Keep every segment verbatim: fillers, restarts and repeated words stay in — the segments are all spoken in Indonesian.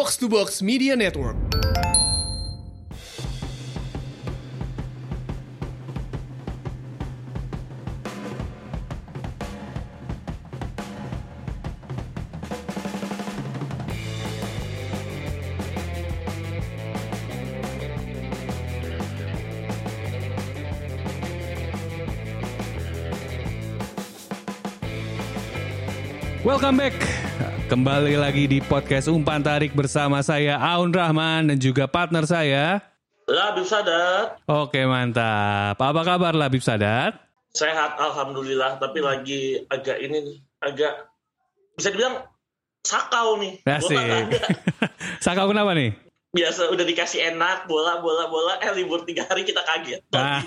Box to Box Media Network. Welcome back. Kembali lagi di podcast Umpan Tarik bersama saya Aun Rahman dan juga partner saya Labib Sadat. Oke, mantap. Apa kabar Labib Sadat? Sehat alhamdulillah, tapi lagi agak ini nih, agak bisa dibilang sakau nih. Asik. Sakau kenapa nih? Biasa udah dikasih enak bola bola bola eh libur tiga hari kita kaget.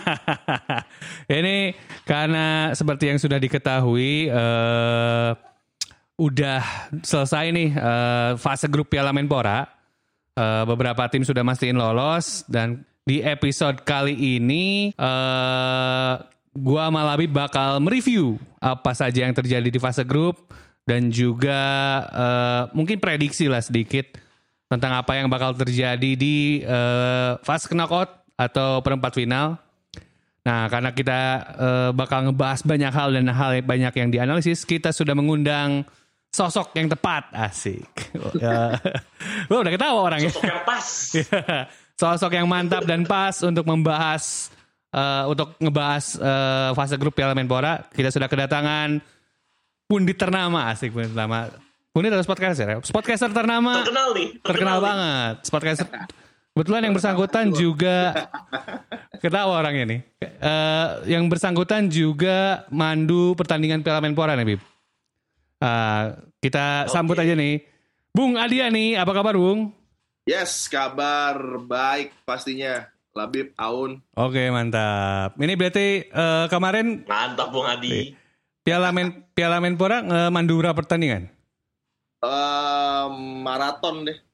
Ini karena seperti yang sudah diketahui eh udah selesai nih uh, fase grup Piala Menpora. Uh, beberapa tim sudah mastiin lolos dan di episode kali ini uh, gua sama Labib bakal mereview apa saja yang terjadi di fase grup dan juga uh, mungkin prediksi lah sedikit tentang apa yang bakal terjadi di uh, fase knockout atau perempat final. Nah, karena kita uh, bakal ngebahas banyak hal dan hal banyak yang dianalisis, kita sudah mengundang sosok yang tepat, asik. Lo udah ketawa orangnya. Sosok yang pas. Sosok yang mantap dan pas untuk membahas, uh, untuk ngebahas uh, fase grup Piala Menpora. Kita sudah kedatangan pundit ternama, asik pundit ternama. Pundit atau podcaster ya? Podcaster ternama. Terkenal nih. Terkenal, terkenal banget. Podcaster. Kebetulan yang bersangkutan juga ketawa orangnya nih. Uh, yang bersangkutan juga mandu pertandingan Piala Menpora nih, Bib. Uh, kita okay. sambut aja nih Bung Adia nih, apa kabar Bung? Yes, kabar baik pastinya Labib, Aun. Oke, mantap. Ini berarti uh, kemarin mantap Bung Adi. Piala Men Piala Menpora uh, mandu berapa pertandingan? Uh, maraton deh.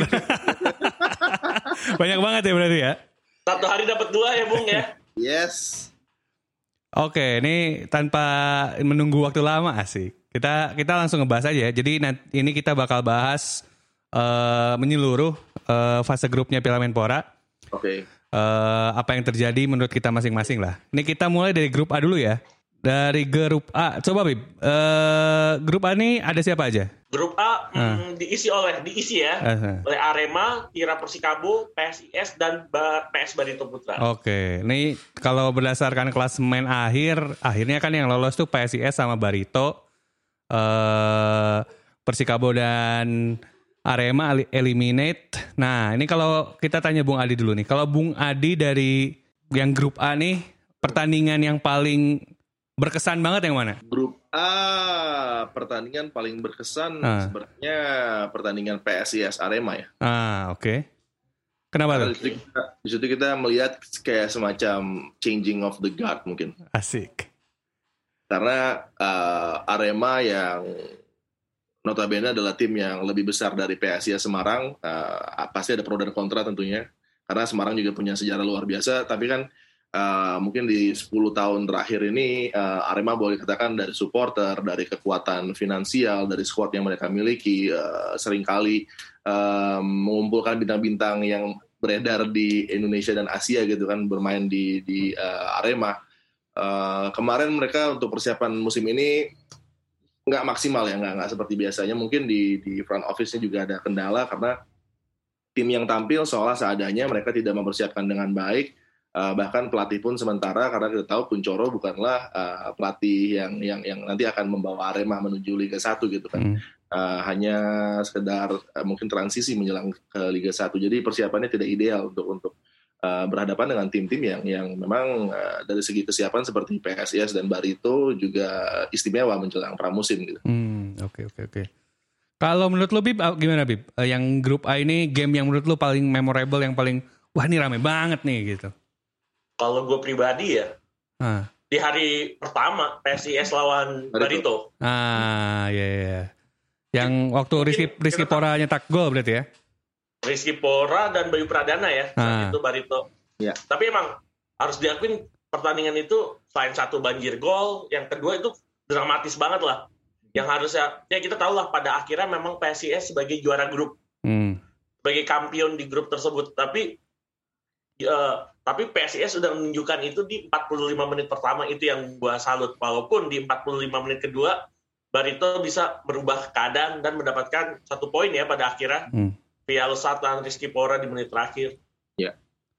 Banyak banget ya berarti ya. Satu hari dapat dua ya Bung ya. Yes. Oke, ini tanpa menunggu waktu lama, asik. Kita kita langsung ngebahas aja. Jadi nanti, ini kita bakal bahas uh, menyeluruh uh, fase grupnya Piala Menpora. Oke. Okay. Uh, apa yang terjadi menurut kita masing-masing lah. Ini kita mulai dari grup A dulu ya. Dari grup A, coba Bib. Uh, grup A ini ada siapa aja? Grup A uh. mm, diisi oleh diisi ya uh-huh. oleh Arema, Tira Persikabo, P S I S dan ba- P S Barito Putra. Oke, ini kalau berdasarkan klasemen akhir, akhirnya kan yang lolos tuh P S I S sama Barito. Uh, Persikabo dan Arema eliminate. Nah, ini kalau kita tanya Bung Adi dulu nih. Kalau Bung Adi dari yang grup A nih, pertandingan yang paling berkesan banget yang mana? Grup A, pertandingan paling berkesan ah. sebenarnya pertandingan P S I S Arema ya. Ah, oke. Okay. Kenapa tuh? Di situ, kita, di situ kita melihat kayak semacam changing of the guard mungkin. Asik. Karena uh, Arema yang notabene adalah tim yang lebih besar dari P S I S Semarang, uh, pasti ada pro dan kontra tentunya. Karena Semarang juga punya sejarah luar biasa, tapi kan uh, mungkin di sepuluh tahun terakhir ini uh, Arema boleh dikatakan dari supporter, dari kekuatan finansial, dari squad yang mereka miliki, uh, seringkali uh, mengumpulkan bintang-bintang yang beredar di Indonesia dan Asia gitu kan, bermain di di uh, Arema. Uh, kemarin mereka untuk persiapan musim ini nggak maksimal ya, nggak nggak seperti biasanya. Mungkin di di front office-nya juga ada kendala karena tim yang tampil seolah seadanya, mereka tidak mempersiapkan dengan baik. Uh, bahkan pelatih pun sementara, karena kita tahu Kunchoro bukanlah uh, pelatih yang yang yang nanti akan membawa Arema menuju Liga satu gitu kan. Hmm. Uh, hanya sekedar uh, mungkin transisi menjelang ke Liga satu. Jadi persiapannya tidak ideal untuk untuk Uh, berhadapan dengan tim-tim yang yang memang uh, dari segi kesiapan seperti P S I S dan Barito juga istimewa menjelang pramusim gitu. Hmm, oke oke oke. Kalau menurut lo Bib, gimana Bib? Uh, yang grup A ini game yang menurut lo paling memorable, yang paling wah ini rame banget nih gitu. Kalau gue pribadi ya, ah. di hari pertama P S I S lawan Barito. Barito. Ah iya yeah, yeah. Yang waktu Rizky Rizky Pora nyetak gol berarti ya? Rizky Pora dan Bayu Pradana ya, saat ah. itu Barito. Ya. Tapi emang harus diakuin pertandingan itu selain satu banjir gol, yang kedua itu dramatis banget lah. Yang harusnya, ya kita tahu lah pada akhirnya memang P S I S sebagai juara grup. Hmm. sebagai kampion di grup tersebut. Tapi uh, tapi P S I S sudah menunjukkan itu di empat puluh lima menit pertama, itu yang gua salut. Walaupun di empat puluh lima menit kedua Barito bisa berubah keadaan dan mendapatkan satu poin ya pada akhirnya. Hmm. Via kesalahan Rizky Pora di menit terakhir. Ya.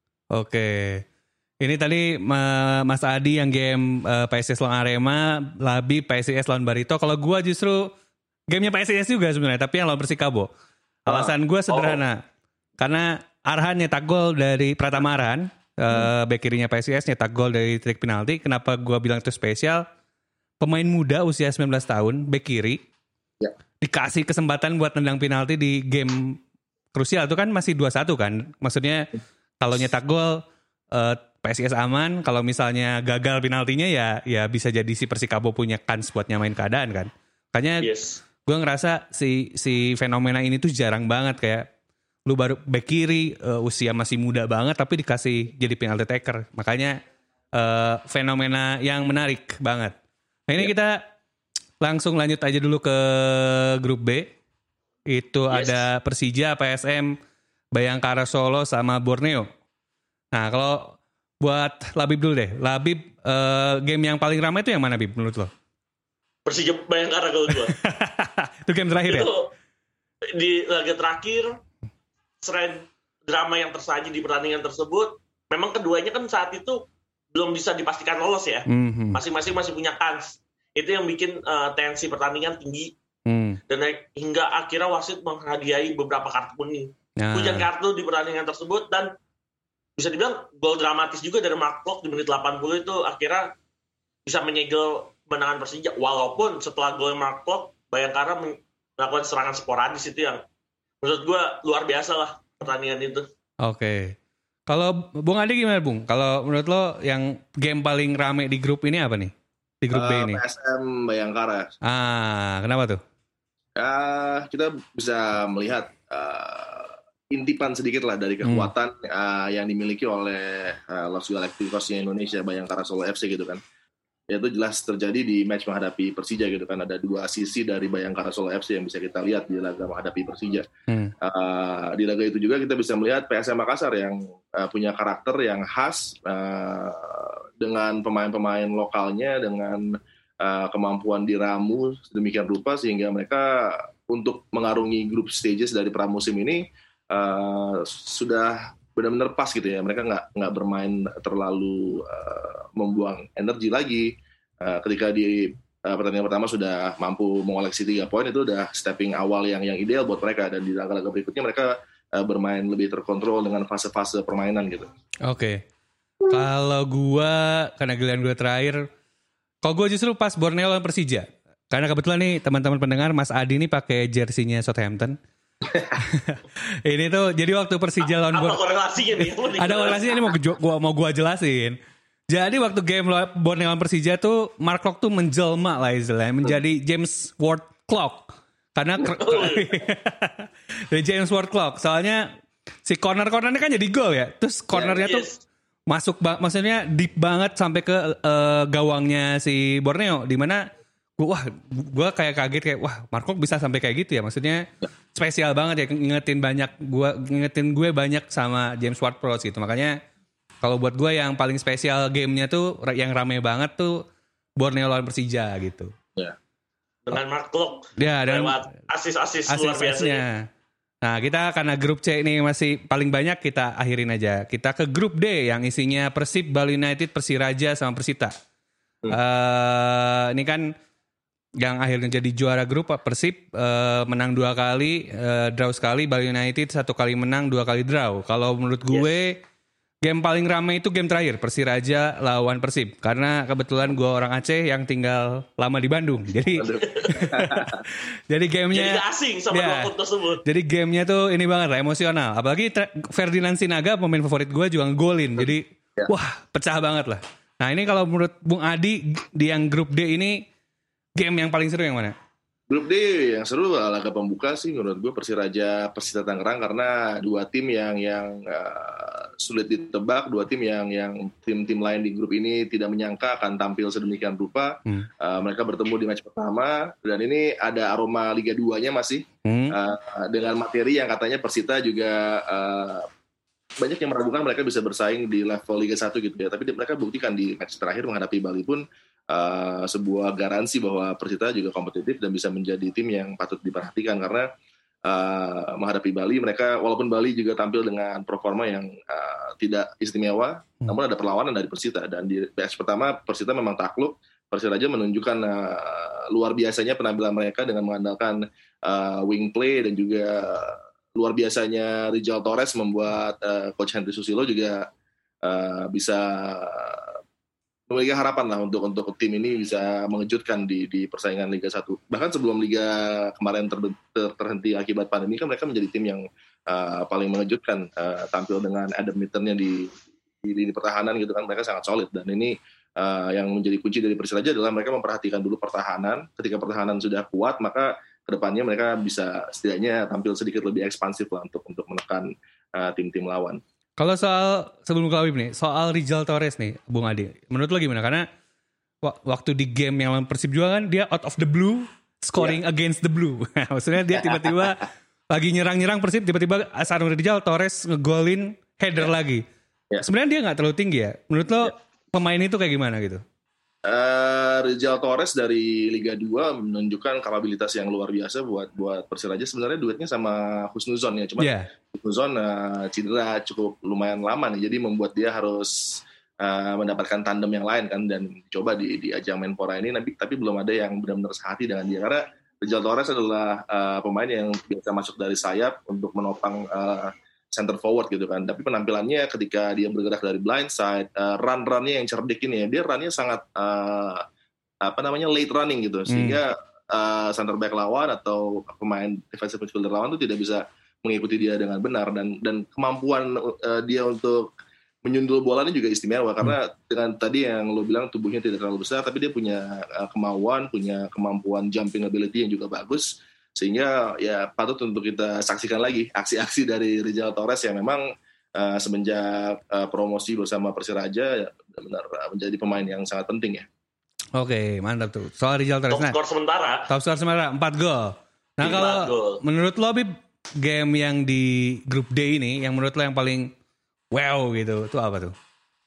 Oke. Ini tadi Mas Adi yang game uh, P S I S lawan Arema, Labi P S I S lawan Barito. Kalau gue justru gamenya P S I S juga sebenarnya, tapi yang lawan Persikabo. Alasan gue sederhana, oh. karena Arhan nyetak gol dari Pratama Arhan, hmm. uh, bek kirinya P S I S nyetak gol dari titik penalti. Kenapa gue bilang itu spesial? Pemain muda usia sembilan belas tahun, bek kiri, ya. dikasih kesempatan buat nendang penalti di game krusial itu kan masih dua satu kan. Maksudnya kalau nyetak gol uh, P S I S aman, kalau misalnya gagal penaltinya ya ya bisa jadi si Persikabo punya kans buat nyamain keadaan kan. Makanya yes. gue ngerasa si si fenomena ini tuh jarang banget, kayak lu baru bek kiri uh, usia masih muda banget tapi dikasih jadi penalty taker. Makanya uh, fenomena yang menarik banget. Nah ini yeah. kita langsung lanjut aja dulu ke grup B. Itu yes. ada Persija, P S M, Bayangkara Solo sama Borneo. Nah kalau buat Labib dulu deh. Labib uh, game yang paling ramai itu yang mana Bib menurut lo? Persija Bayangkara kalau gue. Itu game terakhir itu, ya? Di laga terakhir, selain drama yang tersaji di pertandingan tersebut, memang keduanya kan saat itu belum bisa dipastikan lolos ya. Mm-hmm. Masing-masing masih punya kans. Itu yang bikin uh, tensi pertandingan tinggi. Mm. Dan hingga akhirnya wasit menghadiahi beberapa kartu kuning. Nah. Hujan kartu di pertandingan tersebut, dan bisa dibilang gol dramatis juga dari Mark Klok di menit delapan puluh itu akhirnya bisa menyegel kemenangan Persija. Walaupun setelah gol Mark Klok, Bayangkara melakukan serangan sporadis itu yang menurut gue luar biasa lah pertandingan itu. Oke. Okay. Kalau Bung Adi gimana Bung? Kalau menurut lo yang game paling rame di grup ini apa nih? Di grup uh, B ini? P S M Bayangkara. Ah, kenapa tuh? Uh, kita bisa melihat uh, intipan sedikit lah dari kekuatan hmm. uh, yang dimiliki oleh uh, Los Galacticos Indonesia, Bayangkara Solo F C gitu kan. Ya itu jelas terjadi di match menghadapi Persija gitu kan. Ada dua sisi dari Bayangkara Solo F C yang bisa kita lihat di laga menghadapi Persija. Hmm. Uh, di laga itu juga kita bisa melihat P S M Makassar yang uh, punya karakter yang khas uh, dengan pemain-pemain lokalnya, dengan uh, kemampuan diramu sedemikian rupa sehingga mereka untuk mengarungi grup stages dari pramusim ini uh, sudah benar-benar pas gitu ya. Mereka nggak nggak bermain terlalu uh, membuang energi lagi. Uh, ketika di uh, pertandingan pertama sudah mampu mengoleksi tiga poin, itu udah stepping awal yang yang ideal buat mereka. Dan di laga-laga berikutnya mereka uh, bermain lebih terkontrol dengan fase-fase permainan gitu. Oke. Okay. Kalau gua, karena giliran gua terakhir, kalau gua justru pas Borneo lawan Persija. Karena kebetulan nih teman-teman pendengar, Mas Adi nih pakai jersinya Southampton. Ini tuh jadi waktu Persija lawan Borneo. Apa korelasinya nih? Ada korelasinya nih mau gua mau gua jelasin. Jadi waktu game Borneo lawan Persija tuh Mark Klok tuh menjelma lah istilahnya, menjadi James Ward Klok. Karena dari James Ward Klok. Soalnya si corner-cornernya kan jadi gol ya. Terus cornernya yeah, yes. tuh masuk maksudnya deep banget sampai ke uh, gawangnya si Borneo, di mana gua wah gua kayak kaget kayak wah Mark Klok bisa sampai kayak gitu ya. Maksudnya spesial banget ya, ngingetin banyak gua ngingetin gue banyak sama James Ward-Prowse gitu. Makanya kalau buat gue yang paling spesial gamenya tuh yang rame banget tuh Borneo lawan Persija gitu. Ya. Dengan Mark Klok. Ya, dan asis-asis luar biasa. Nah, kita karena grup C ini masih paling banyak, kita akhirin aja. Kita ke grup D yang isinya Persib, Bali United, Persiraja sama Persita. Hmm. Uh, ini kan yang akhirnya jadi juara grup Persib uh, menang dua kali, uh, draw sekali. Bali United satu kali menang, dua kali draw. Kalau menurut gue yes. game paling ramai itu game terakhir Persiraja lawan Persib, karena kebetulan gue orang Aceh yang tinggal lama di Bandung. Jadi jadi gamenya jadi asing sama ya, dua klub tersebut. Jadi gamenya tuh ini banget lah, emosional. Apalagi Ferdinand Sinaga pemain favorit gue juga ngegolin. Jadi ya. wah pecah banget lah. Nah ini kalau menurut Bung Adi di yang grup D ini game yang paling seru yang mana? Grup D yang seru laga pembuka sih menurut gue Persiraja Persita Tangerang, karena dua tim yang yang uh, sulit ditebak, dua tim yang yang tim-tim lain di grup ini tidak menyangka akan tampil sedemikian rupa. Hmm. Uh, mereka bertemu di match pertama dan ini ada aroma Liga dua-nya masih hmm. uh, dengan materi yang katanya Persita juga uh, banyak yang meragukan mereka bisa bersaing di level Liga satu gitu ya. Tapi mereka buktikan di match terakhir menghadapi Bali pun uh, sebuah garansi bahwa Persita juga kompetitif dan bisa menjadi tim yang patut diperhatikan karena Uh, menghadapi Bali, mereka walaupun Bali juga tampil dengan performa yang uh, tidak istimewa, hmm. namun ada perlawanan dari Persita dan di match pertama Persita memang takluk. Persiraja menunjukkan uh, luar biasanya penampilan mereka dengan mengandalkan uh, wing play dan juga luar biasanya Rizal Torres membuat uh, Coach Henry Susilo juga uh, bisa memiliki harapan lah untuk untuk tim ini bisa mengejutkan di di persaingan Liga satu. Bahkan sebelum Liga kemarin ter, ter, terhenti akibat pandemi kan mereka menjadi tim yang uh, paling mengejutkan, uh, tampil dengan Adam Mitternya di, di di pertahanan gitu kan, mereka sangat solid dan ini uh, yang menjadi kunci dari Persiraja adalah mereka memperhatikan dulu pertahanan. Ketika pertahanan sudah kuat maka kedepannya mereka bisa setidaknya tampil sedikit lebih ekspansif lah untuk untuk menekan uh, tim-tim lawan. Kalau soal, sebelum ke Habib nih, soal Rizal Torres nih, Bung Adi, menurut lo gimana? Karena waktu di game yang lawan Persib juga kan, dia out of the blue, scoring yeah. against the blue. Maksudnya dia tiba-tiba lagi nyerang-nyerang Persib, tiba-tiba Asarul Rizal Torres ngegolin header yeah. lagi. Yeah. Sebenarnya dia gak terlalu tinggi ya. Menurut lo yeah. pemain itu kayak gimana gitu? Uh, Rizal Torres dari Liga dua menunjukkan kapabilitas yang luar biasa buat buat Persiraja. Sebenarnya duetnya sama Husnuzon ya, cuma yeah. Husnuzon uh, cedera cukup lumayan lama nih, jadi membuat dia harus uh, mendapatkan tandem yang lain kan dan coba di di ajang Menpora ini, tapi tapi belum ada yang benar-benar sehati dengan dia karena Rizal Torres adalah uh, pemain yang biasa masuk dari sayap untuk menopang uh, center forward gitu kan, tapi penampilannya ketika dia bergerak dari blind side, uh, run-runnya yang cerdik ini ya, dia runnya sangat uh, apa namanya late running gitu, sehingga hmm. uh, center back lawan atau pemain defensive midfielder lawan itu tidak bisa mengikuti dia dengan benar dan dan kemampuan uh, dia untuk menyundul bolanya juga istimewa karena hmm. dengan tadi yang lo bilang tubuhnya tidak terlalu besar, tapi dia punya uh, kemauan, punya kemampuan jumping ability yang juga bagus. Sehingga ya patut untuk kita saksikan lagi aksi-aksi dari Rizal Torres yang memang uh, semenjak uh, promosi bersama Persiraja ya, benar menjadi pemain yang sangat penting ya. Oke, mantap tuh. Soal Rizal Torres. Top skor nah, sementara. Top skor sementara empat gol. Nah, kalau gol. Menurut lo Bib, game yang di grup D ini yang menurut lo yang paling wow gitu, itu apa tuh?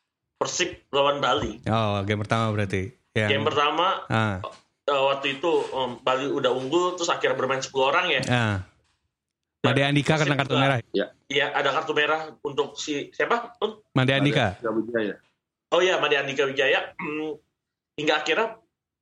Persib lawan Bali. Oh, game pertama berarti. Yang... Game pertama ah. waktu itu um, Bali udah unggul terus akhirnya bermain sepuluh orang ya. Ah. Made Andika kena kartu merah. Iya, ya, ada kartu merah untuk si siapa? Made Andika. Wijaya. Oh iya, Made Andika Wijaya. Hmm, hingga akhirnya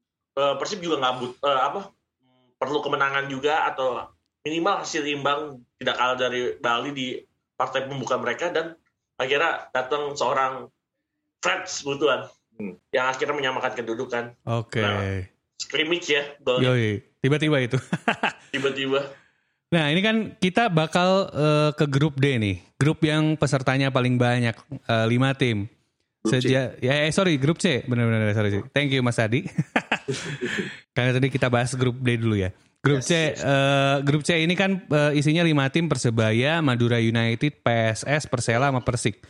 uh, Persib juga nggak uh, apa perlu kemenangan juga atau minimal hasil imbang tidak kalah dari Bali di partai pembuka mereka dan akhirnya datang seorang Fred sebutuan hmm. yang akhirnya menyamakan kedudukan. Oke. Okay. Nah, scrimmage ya. Yoi, tiba-tiba itu. Tiba-tiba. Nah ini kan kita bakal uh, ke grup D nih. Grup yang pesertanya paling banyak. Uh, lima tim. Sejak, ya eh, sorry grup C. Benar-benar sorry sih. Thank you Mas Adi. Karena tadi kita bahas grup D dulu ya. Grup yes, C yes. Uh, grup C ini kan uh, isinya lima tim: Persebaya, Madura United, P S S, Persela sama Persik.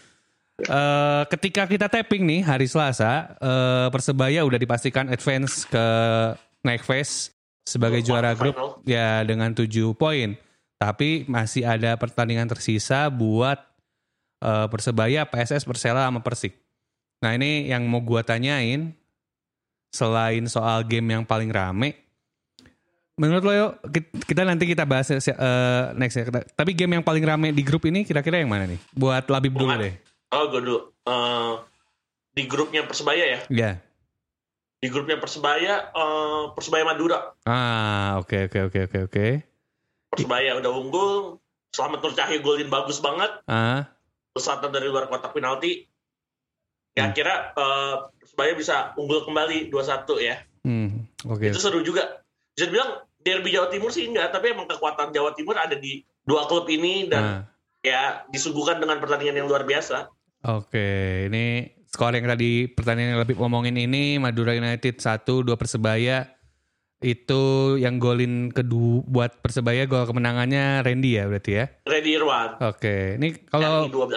Uh, ketika kita tapping nih hari Selasa, uh, Persebaya udah dipastikan advance ke next phase sebagai juara grup ya dengan tujuh poin. Tapi masih ada pertandingan tersisa buat uh, Persebaya, P S S, Persela sama Persik. Nah ini yang mau gua tanyain, selain soal game yang paling rame, menurut lo yuk, kita nanti kita bahas uh, next ya. Tapi game yang paling rame di grup ini kira-kira yang mana nih? Buat Labib dulu deh. Oh, gue dulu. Uh, di grupnya Persebaya ya? Iya. Yeah. Di grupnya Persebaya, uh, Persebaya Madura. Ah, oke, okay, oke, okay, oke, okay, oke, oke. Persebaya udah unggul. Selamat Nur Cahyo golin bagus banget. Ah. Pesatan dari luar kotak penalti. Ya, hmm. kira uh, Persebaya bisa unggul kembali dua satu ya. Hmm, oke. Okay. Itu seru juga. Bisa bilang derby Jawa Timur sih enggak, tapi emang kekuatan Jawa Timur ada di dua klub ini dan ah. ya disuguhkan dengan pertandingan yang luar biasa. Oke, ini skor yang tadi pertandingan yang lebih ngomongin ini Madura United satu dua Persebaya. Itu yang golin kedua buat Persebaya, gol kemenangannya Randy ya berarti ya? Randy Irwan. Oke, ini kalau dua belas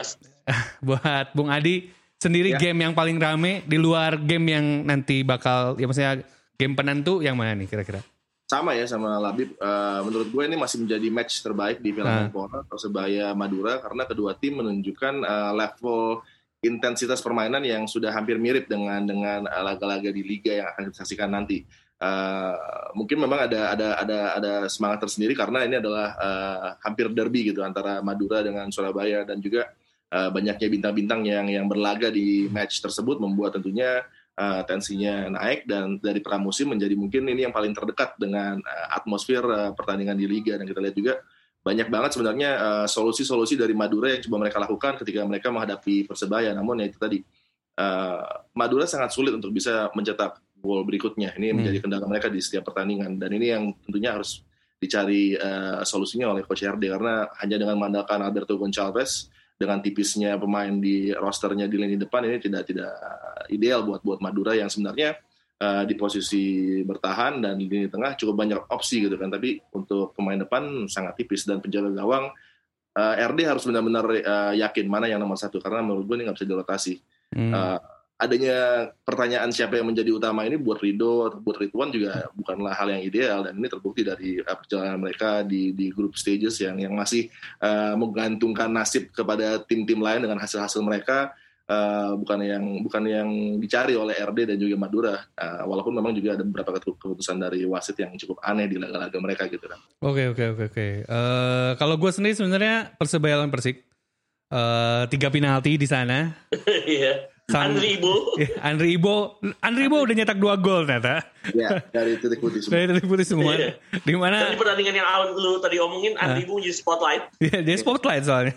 Buat Bung Adi sendiri ya. Game yang paling rame di luar game yang nanti bakal, ya maksudnya game penentu yang mana nih kira-kira? Sama ya sama Labib, uh, menurut gue ini masih menjadi match terbaik di Piala Menpora Persebaya Madura karena kedua tim menunjukkan uh, level intensitas permainan yang sudah hampir mirip dengan dengan uh, laga-laga di liga yang akan kita saksikan nanti. Uh, mungkin memang ada ada ada ada semangat tersendiri karena ini adalah uh, hampir derby gitu antara Madura dengan Surabaya dan juga uh, banyaknya bintang-bintang yang yang berlaga di match tersebut membuat tentunya Uh, tensinya naik dan dari pramusim menjadi mungkin ini yang paling terdekat dengan uh, atmosfer uh, pertandingan di Liga dan kita lihat juga banyak banget sebenarnya uh, solusi-solusi dari Madura yang coba mereka lakukan ketika mereka menghadapi Persebaya namun ya itu tadi uh, Madura sangat sulit untuk bisa mencetak gol berikutnya ini hmm. menjadi kendala mereka di setiap pertandingan dan ini yang tentunya harus dicari uh, solusinya oleh Coach R D karena hanya dengan mengandalkan Alberto Goncalves dengan tipisnya pemain di rosternya di lini depan ini tidak tidak ideal buat buat Madura yang sebenarnya uh, di posisi bertahan dan di lini tengah cukup banyak opsi gitu kan tapi untuk pemain depan sangat tipis dan penjaga gawang uh, R D harus benar-benar uh, yakin mana yang nomor satu karena menurut gue ini nggak bisa dirotasi. Hmm. Uh, adanya pertanyaan siapa yang menjadi utama ini buat Rido atau buat Ridwan juga bukanlah hal yang ideal dan ini terbukti dari uh, perjalanan mereka di di group stages yang yang masih uh, menggantungkan nasib kepada tim-tim lain dengan hasil-hasil mereka uh, bukan yang bukan yang dicari oleh R D dan juga Madura uh, walaupun memang juga ada beberapa keputusan dari wasit yang cukup aneh di laga-laga mereka gitu kan. Oke oke oke oke. Uh, kalau gue sendiri sebenarnya Persebaya lawan Persik uh, tiga penalti di sana. Iya. Andri Ibo. Ya, Andri Ibo, Andri Ibo udah nyetak dua gol ternyata. Ya, dari titik putih semua. Dari titik putih semua. Yeah. Di mana? Di pertandingan yang awal lu tadi omongin, Andri Ibo jadi spotlight. Iya, dia spotlight soalnya.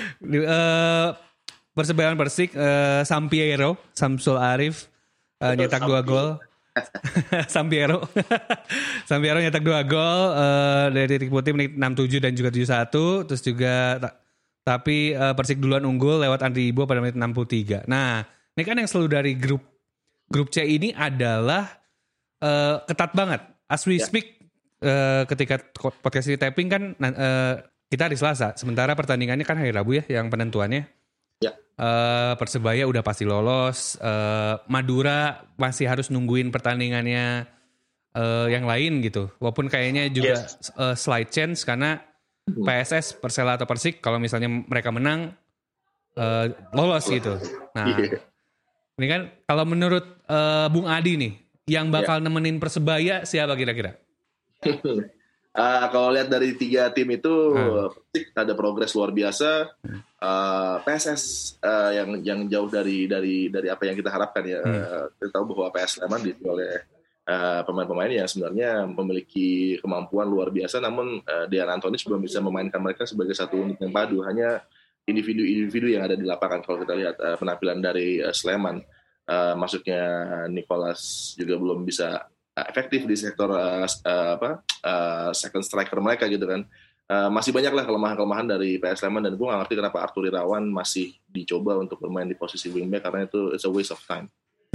uh, Persebaya Persik, uh, Sampiero, Samsul Arif uh, nyetak dua gol. Sampiero, Sampiero nyetak dua gol uh, dari titik putih menit enam puluh tujuh dan juga tujuh puluh satu, terus juga tapi uh, Persik duluan unggul lewat Andri Ibo pada menit enam puluh tiga. Nah, ini kan yang selalu dari grup grup C ini adalah uh, ketat banget. As we ya. speak, uh, ketika podcast ini tapping kan uh, kita hari Selasa. Sementara pertandingannya kan hari Rabu ya, yang penentuannya. Ya. Uh, Persebaya udah pasti lolos. Uh, Madura masih harus nungguin pertandingannya uh, yang lain gitu. Walaupun kayaknya juga yes. uh, slight chance karena P S S, Persela atau Persik kalau misalnya mereka menang uh, lolos gitu. Nah, yeah. ini kan kalau menurut uh, Bung Adi nih, yang bakal yeah. nemenin Persebaya siapa kira-kira? uh, kalau lihat dari tiga tim itu, hmm. Persik ada progres luar biasa. Uh, P S S uh, yang yang jauh dari dari dari apa yang kita harapkan ya. Hmm. Uh, kita tahu bahwa P S Sleman diisi oleh Uh, pemain-pemain yang sebenarnya memiliki kemampuan luar biasa, namun uh, Dejan Antonic belum bisa memainkan mereka sebagai satu unit yang padu. Hanya individu-individu yang ada di lapangan. Kalau kita lihat uh, penampilan dari uh, Sleman, uh, masuknya Nicholas juga belum bisa uh, efektif di sektor uh, uh, apa uh, second striker mereka gitu kan. Uh, masih banyaklah kelemahan-kelemahan dari P S Sleman dan gue nggak ngerti kenapa Arthur Irawan masih dicoba untuk bermain di posisi wingback karena itu it's a waste of time.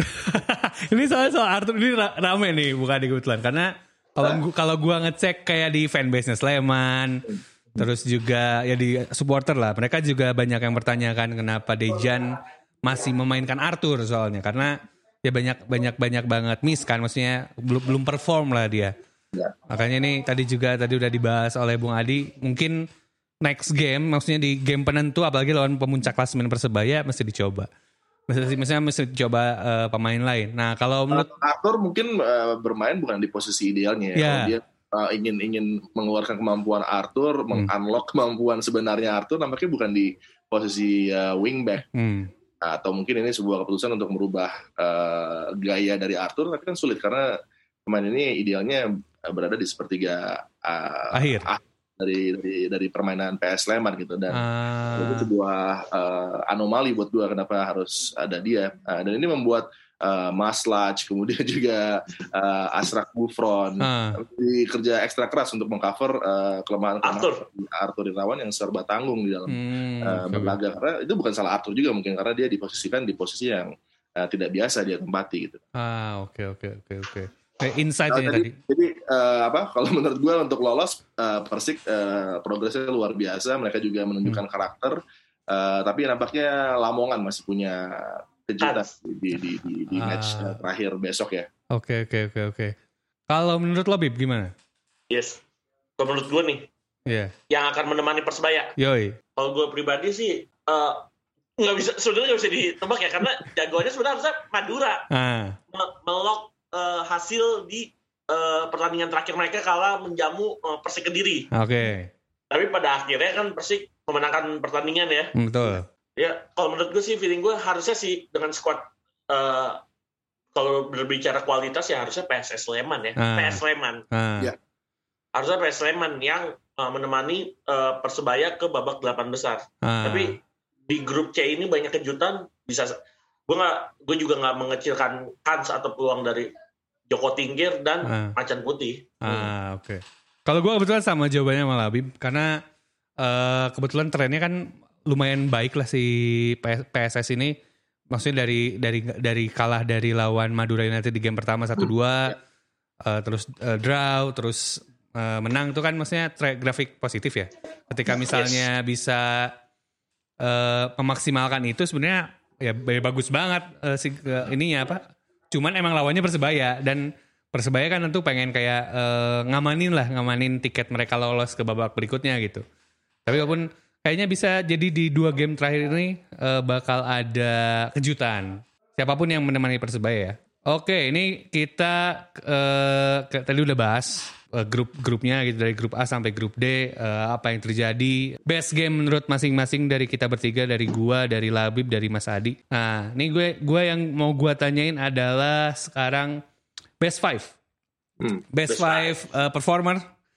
Ini soal soal Arthur ini rame nih bukan di kebetulan karena kalau gua, kalau gua ngecek kayak di fanbase-nya Sleman terus juga ya di supporter lah mereka juga banyak yang bertanyakan kenapa Dejan masih memainkan Arthur soalnya karena ya banyak banyak banyak banget miss kan maksudnya belum belum perform lah dia. Ya. Makanya nih tadi juga tadi udah dibahas oleh Bung Adi mungkin next game maksudnya di game penentu apalagi lawan pemuncak klasemen Persebaya mesti dicoba. Misalnya mesti coba uh, pemain lain. Nah kalau menurut Arthur mungkin uh, bermain bukan di posisi idealnya. Ya. Yeah. Kalau dia uh, ingin ingin mengeluarkan kemampuan Arthur, hmm. mengunlock kemampuan sebenarnya Arthur, nampaknya bukan di posisi uh, wingback. Hmm. Atau mungkin ini sebuah keputusan untuk merubah uh, gaya dari Arthur, tapi kan sulit karena pemain ini idealnya berada di sepertiga uh, akhir. Ah, dari dari dari permainan P S Sleman gitu dan uh. itu sebuah uh, anomali buat gue kenapa harus ada dia uh, dan ini membuat uh, Maslach kemudian juga uh, Ashraf Gufron uh. di kerja ekstra keras untuk mengcover uh, kelemahan-kelemahan Arthur. Arthur Irawan yang serba tanggung di dalam hmm, uh, berlaga karena itu bukan salah Arthur juga mungkin karena dia diposisikan di posisi yang uh, tidak biasa dia tempati gitu. Ah oke okay, oke okay, oke okay, oke. Kayak insight nah, ini jadi, tadi. Jadi uh, apa? Kalau menurut gue untuk lolos uh, Persik uh, progresnya luar biasa. Mereka juga menunjukkan hmm. karakter. Uh, tapi nampaknya Lamongan masih punya kejutan di di di, di ah. match uh, terakhir besok ya. Oke oke oke oke. Kalau menurut lo Bib gimana? Yes. Kalau menurut gue nih, yeah. yang akan menemani Persebaya. Yoi. Kalau gue pribadi sih nggak uh, bisa, sebenarnya nggak bisa ditebak ya, karena jagoannya sebenarnya harusnya Madura ah. melok uh, hasil di uh, pertandingan terakhir mereka kalah menjamu uh, Persik Kediri. Oke. Okay. Tapi pada akhirnya kan Persik memenangkan pertandingan ya. Betul. Ya, kalau menurut gue sih feeling gue harusnya sih dengan squad uh, kalau berbicara kualitas ya harusnya P S S Sleman ya. Ah. P S Sleman. Ah. Ya. Harusnya P S Sleman yang uh, menemani uh, Persebaya ke babak delapan besar. Ah. Tapi di grup C ini banyak kejutan. Bisa gue nggak, gue juga nggak mengecilkan kans atau peluang dari Joko Tingkir dan ah. Macan Putih. Ah, hmm. oke. Okay. Kalau gue kebetulan sama jawabannya sama Labib karena uh, kebetulan trennya kan lumayan baik lah si P S S ini. Maksudnya dari dari dari kalah dari lawan Madura United di game pertama satu dua, hmm. uh, terus uh, draw, terus uh, menang itu kan maksudnya tra- grafik positif ya. Ketika misalnya yes. bisa uh, memaksimalkan itu sebenarnya ya bagus banget uh, si uh, ininya apa. Cuman emang lawannya Persebaya dan Persebaya kan tentu pengen kayak uh, ngamanin lah, ngamanin tiket mereka lolos ke babak berikutnya gitu. Tapi walaupun kayaknya bisa jadi di dua game terakhir ini uh, bakal ada kejutan. Siapapun yang menemani Persebaya ya. Oke, ini kita uh, ke, tadi udah bahas uh, grup-grupnya gitu dari grup A sampai grup D, uh, apa yang terjadi. Best game menurut masing-masing dari kita bertiga, dari gua, dari Labib, dari Mas Adi. Nah, ini gue gue yang mau gua tanyain adalah sekarang Best five. Hmm, best, best five uh, performer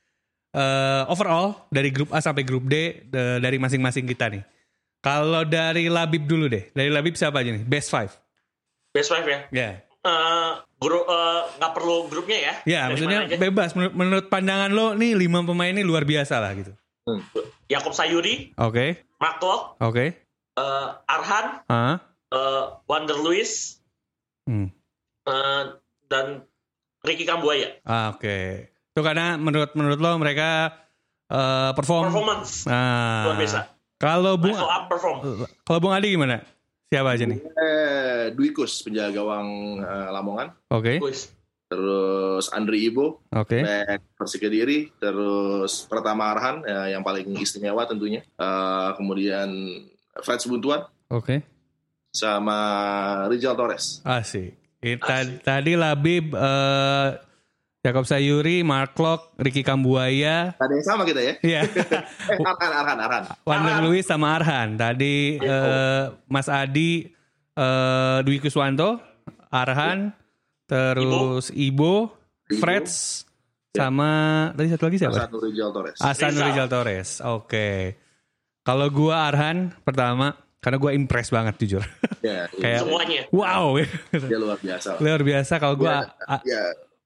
uh, overall dari grup A sampai grup D de, dari masing-masing kita nih. Kalau dari Labib dulu deh. Dari Labib siapa aja nih? Best five. Best five ya? Ya. Yeah. Uh, grup uh, gak perlu grupnya ya? Ya, yeah, maksudnya bebas. Menurut, menurut pandangan lo nih lima pemain ini luar biasa lah gitu. Hmm. Yakob Sayuri. Oke. Okay. Mark Oke. Okay. Uh, Arhan. Uh-huh. Uh, Wander Luis. Hmm. Uh, dan Ricky Kambuaya. Ah, oke. Okay. Itu karena menurut menurut lo mereka uh, perform performance ah. luar biasa. Kalau Bung Kalau Bung Adi gimana? Siapa aja nih? Eh, Dwikus, penjaga gawang uh, Lamongan. Oke. Okay. Terus Andri Ibo, Oke. Okay. Back Persik Kediri. Terus Pertama Arhan, uh, yang paling istimewa tentunya. Uh, kemudian Fred Sebuntuan. Oke. Okay. Sama Rizal Torres. Asik. Tadi, tadi Labib, uh, Yakob Sayuri, Mark Locke, Ricky Kambuaya. Ada yang sama kita ya? Iya. eh, Arhan, Arhan, Arhan. Wander Luis sama Arhan. Tadi uh, Mas Adi, uh, Dwi Kuswanto, Arhan, terus Ibo, Ibo Freds, ya. Sama tadi satu lagi siapa? Hasan Nurijal Torres. Hasan Nurijal Torres. Oke. Okay. Kalau gua Arhan pertama. Karena gue impress banget jujur. Ya, kayak semuanya. Wow. Dia luar biasa. Luar biasa kalau gue. Ya, a- ya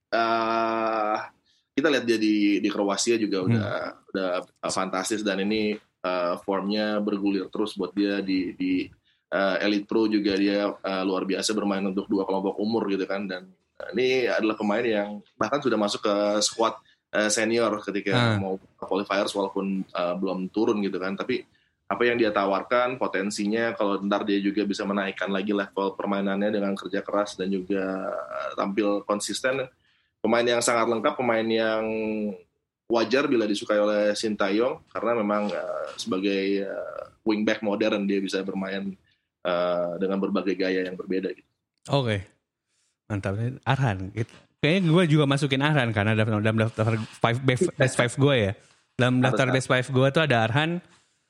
uh, kita lihat dia di di Kroasia juga udah hmm. udah uh, fantastis dan ini uh, formnya bergulir terus buat dia di di uh, Elite Pro juga dia uh, luar biasa bermain untuk dua kelompok umur gitu kan dan uh, ini adalah pemain yang bahkan sudah masuk ke squad uh, senior ketika hmm. mau qualifiers walaupun uh, belum turun gitu kan tapi apa yang dia tawarkan, potensinya kalau ntar dia juga bisa menaikkan lagi level permainannya dengan kerja keras dan juga tampil konsisten. Pemain yang sangat lengkap, pemain yang wajar bila disukai oleh Sintayong karena memang uh, sebagai uh, wingback modern dia bisa bermain uh, dengan berbagai gaya yang berbeda. Gitu. Oke, okay. Mantap. Arhan, gitu. Kayaknya gue juga masukin Arhan karena dalam daftar five best five gue ya. Dalam daftar best five gue tuh ada Arhan.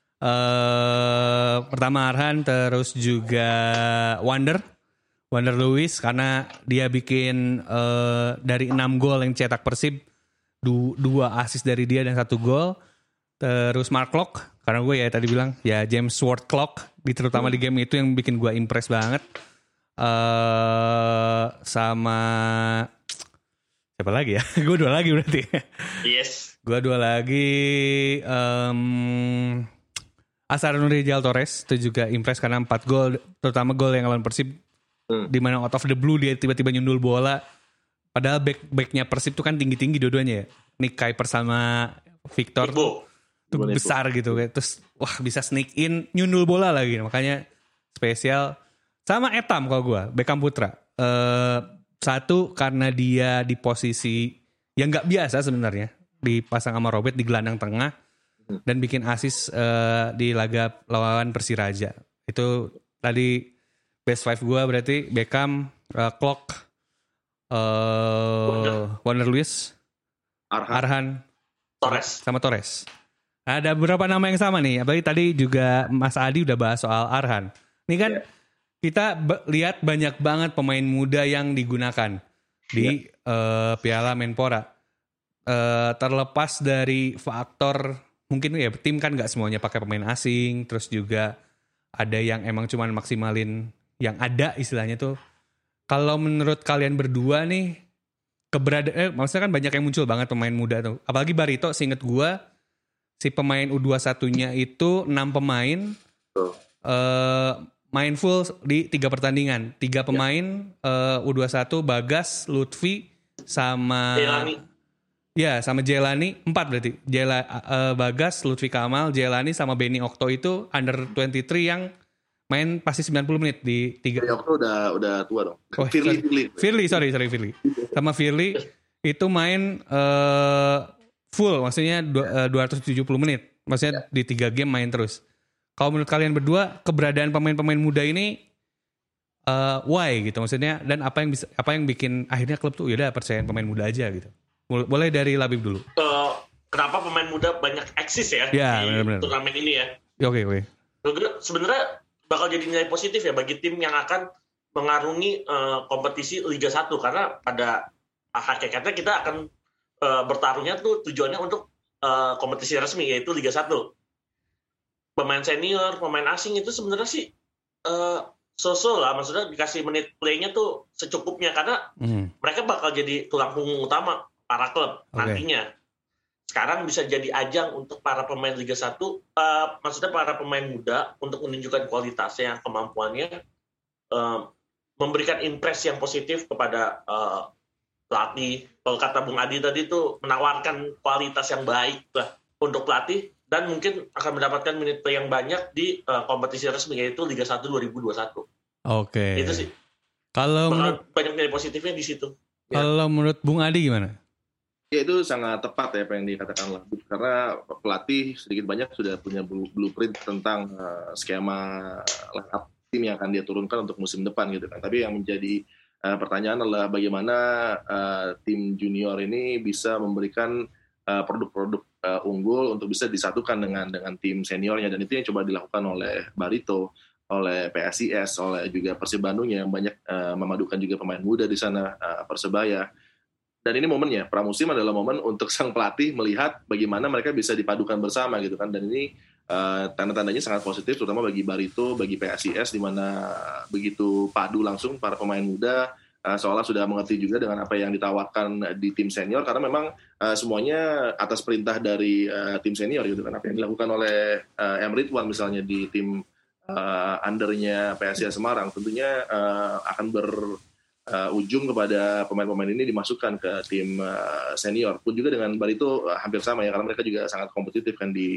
Uh, pertama Arhan, terus juga Wander Wander Luis karena dia bikin uh, dari enam gol yang cetak Persib du, dua assist dari dia dan satu gol. Terus Mark Locke karena gue ya tadi bilang ya James Ward-Clock di terutama hmm. di game itu yang bikin gue impress banget. Uh, sama siapa lagi ya? Gue dua lagi berarti. Yes. Gue dua lagi. Um, Hasan Nurijal Torres itu juga impress karena empat gol, terutama gol yang lawan Persib hmm. di mana out of the blue dia tiba-tiba nyundul bola. Padahal back backnya Persib itu kan tinggi-tinggi dua-duanya ya. Nick Kuiper sama Victor. Ibo. tuh besar gitu kayak terus wah bisa sneak in nyundul bola lagi makanya spesial. Sama Etam kalau gue Beckham Putra uh, satu karena dia di posisi yang nggak biasa sebenarnya dipasang sama Robert di gelandang tengah dan bikin assist uh, di laga lawan Persiraja itu tadi best five gue berarti Beckham, uh, Klok, uh, Warner Lewis, Arhan, Arhan Torres sama Torres. Ada beberapa nama yang sama nih. Apalagi tadi juga Mas Adi udah bahas soal Arhan. Ini kan yeah. kita b- lihat banyak banget pemain muda yang digunakan di yeah. uh, Piala Menpora. Uh, terlepas dari faktor mungkin ya tim kan nggak semuanya pakai pemain asing. Terus juga ada yang emang cuman maksimalin yang ada istilahnya tuh. Kalau menurut kalian berdua nih keberadaan, eh, maksudnya kan banyak yang muncul banget pemain muda tuh. Apalagi Barito, seinget gue, si pemain U dua puluh satu-nya itu enam pemain oh. uh, main full di tiga pertandingan. Tiga pemain ya. uh, U dua puluh satu, Bagas, Lutfi, sama Jelani. Ya, sama Jelani, empat berarti. Jela, uh, Bagas, Lutfi Kamal, Jelani sama Benny Okto itu under dua puluh tiga yang main pasti sembilan puluh menit di tiga. Benny Okto udah udah tua dong. Oh, Firly, Firly. Firly, sorry, sorry Firly. Sama Firly itu main uh, full, maksudnya dua ratus tujuh puluh menit. Maksudnya ya. Di tiga game main terus. Kalau menurut kalian berdua, keberadaan pemain-pemain muda ini uh, why gitu maksudnya, dan apa yang bisa, apa yang bikin akhirnya klub tuh yaudah percayain pemain muda aja gitu. Boleh dari Labib dulu. Uh, kenapa pemain muda banyak eksis ya, ya di bener-bener. Turnamen ini ya? Oke, oke. Sebenarnya bakal jadi nilai positif ya bagi tim yang akan mengarungi uh, kompetisi Liga satu karena pada hakikatnya kita akan uh, bertarungnya tuh tujuannya untuk uh, kompetisi resmi yaitu Liga satu. Pemain senior, pemain asing itu sebenarnya sih uh, so-so lah, maksudnya dikasih menit play-nya tuh secukupnya karena mm. mereka bakal jadi tulang punggung utama para klub okay. nantinya. Sekarang bisa jadi ajang untuk para pemain Liga satu, uh, maksudnya para pemain muda untuk menunjukkan kualitasnya, kemampuannya, uh, memberikan impresi yang positif kepada uh, pelatih. Kalau kata Bung Adi tadi itu menawarkan kualitas yang baik lah untuk pelatih dan mungkin akan mendapatkan menit play yang banyak di uh, kompetisi resmi yaitu Liga satu dua ribu dua puluh satu. Oke. Okay. Itu sih. Kalau menurut, banyak nilai positifnya di situ. Kalau ya. Menurut Bung Adi gimana? Ya itu sangat tepat ya apa yang dikatakan Labib karena pelatih sedikit banyak sudah punya blueprint tentang uh, skema line-up tim yang akan dia turunkan untuk musim depan gitu kan. Tapi yang menjadi uh, pertanyaan adalah bagaimana uh, tim junior ini bisa memberikan uh, produk-produk uh, unggul untuk bisa disatukan dengan dengan tim seniornya, dan itu yang coba dilakukan oleh Barito, oleh P S I S, oleh juga Persib Bandung yang banyak uh, memadukan juga pemain muda di sana, uh, Persebaya. Dan ini momennya, pramusim adalah momen untuk sang pelatih melihat bagaimana mereka bisa dipadukan bersama gitu kan. Dan ini uh, tanda-tandanya sangat positif, terutama bagi Barito, bagi P S I S, di mana begitu padu langsung para pemain muda, uh, seolah sudah mengerti juga dengan apa yang ditawarkan di tim senior, karena memang uh, semuanya atas perintah dari uh, tim senior gitu kan. Apa yang dilakukan oleh uh, M. Ridwan misalnya di tim uh, undernya P S I S Semarang, tentunya uh, akan ber Uh, ujung kepada pemain-pemain ini dimasukkan ke tim uh, senior. Pun juga dengan Barito uh, hampir sama ya, karena mereka juga sangat kompetitif kan di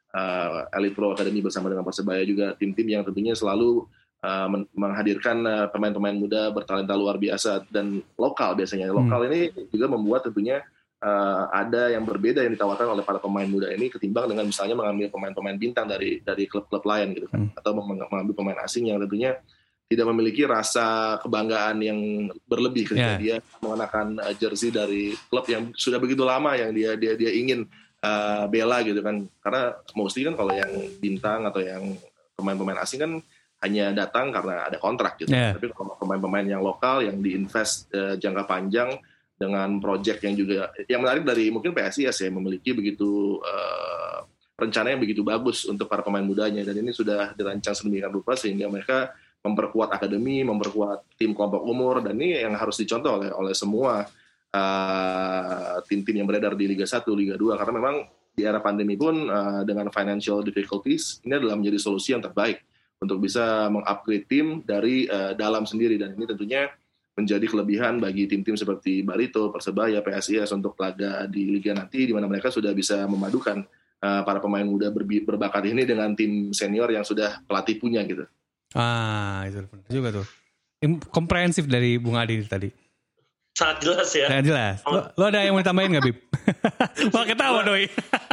uh, Elite Pro Academy bersama dengan Persebaya juga, tim-tim yang tentunya selalu uh, men- menghadirkan uh, pemain-pemain muda bertalenta luar biasa dan lokal biasanya. Lokal hmm. ini juga membuat tentunya uh, ada yang berbeda yang ditawarkan oleh para pemain muda ini ketimbang dengan misalnya mengambil pemain-pemain bintang dari dari klub-klub lain gitu kan, hmm. atau mengambil pemain asing yang tentunya tidak memiliki rasa kebanggaan yang berlebih ketika yeah. dia mengenakan uh, jersey dari klub yang sudah begitu lama yang dia dia dia ingin uh, bela gitu kan. Karena mostly kan kalau yang bintang atau yang pemain-pemain asing kan hanya datang karena ada kontrak gitu. Yeah. Tapi kalau pemain-pemain yang lokal yang diinvest uh, jangka panjang dengan project yang juga yang menarik dari mungkin P S I S ya, memiliki begitu uh, rencana yang begitu bagus untuk para pemain mudanya, dan ini sudah dirancang sedemikian rupa sehingga mereka memperkuat akademi, memperkuat tim kelompok umur, dan ini yang harus dicontoh oleh oleh semua uh, tim-tim yang beredar di Liga satu, Liga dua, karena memang di era pandemi pun uh, dengan financial difficulties ini adalah menjadi solusi yang terbaik untuk bisa mengupgrade tim dari uh, dalam sendiri, dan ini tentunya menjadi kelebihan bagi tim-tim seperti Barito, Persebaya, P S I S untuk laga di Liga nanti, di mana mereka sudah bisa memadukan uh, para pemain muda ber- berbakat ini dengan tim senior yang sudah pelatih punya gitu. Ah, itu benar juga tuh. Komprehensif dari Bung Adi tadi. Sangat jelas ya. Sangat jelas. Lo, lo ada yang mau ditambahin nggak, Bib? Wah, ketawa doi.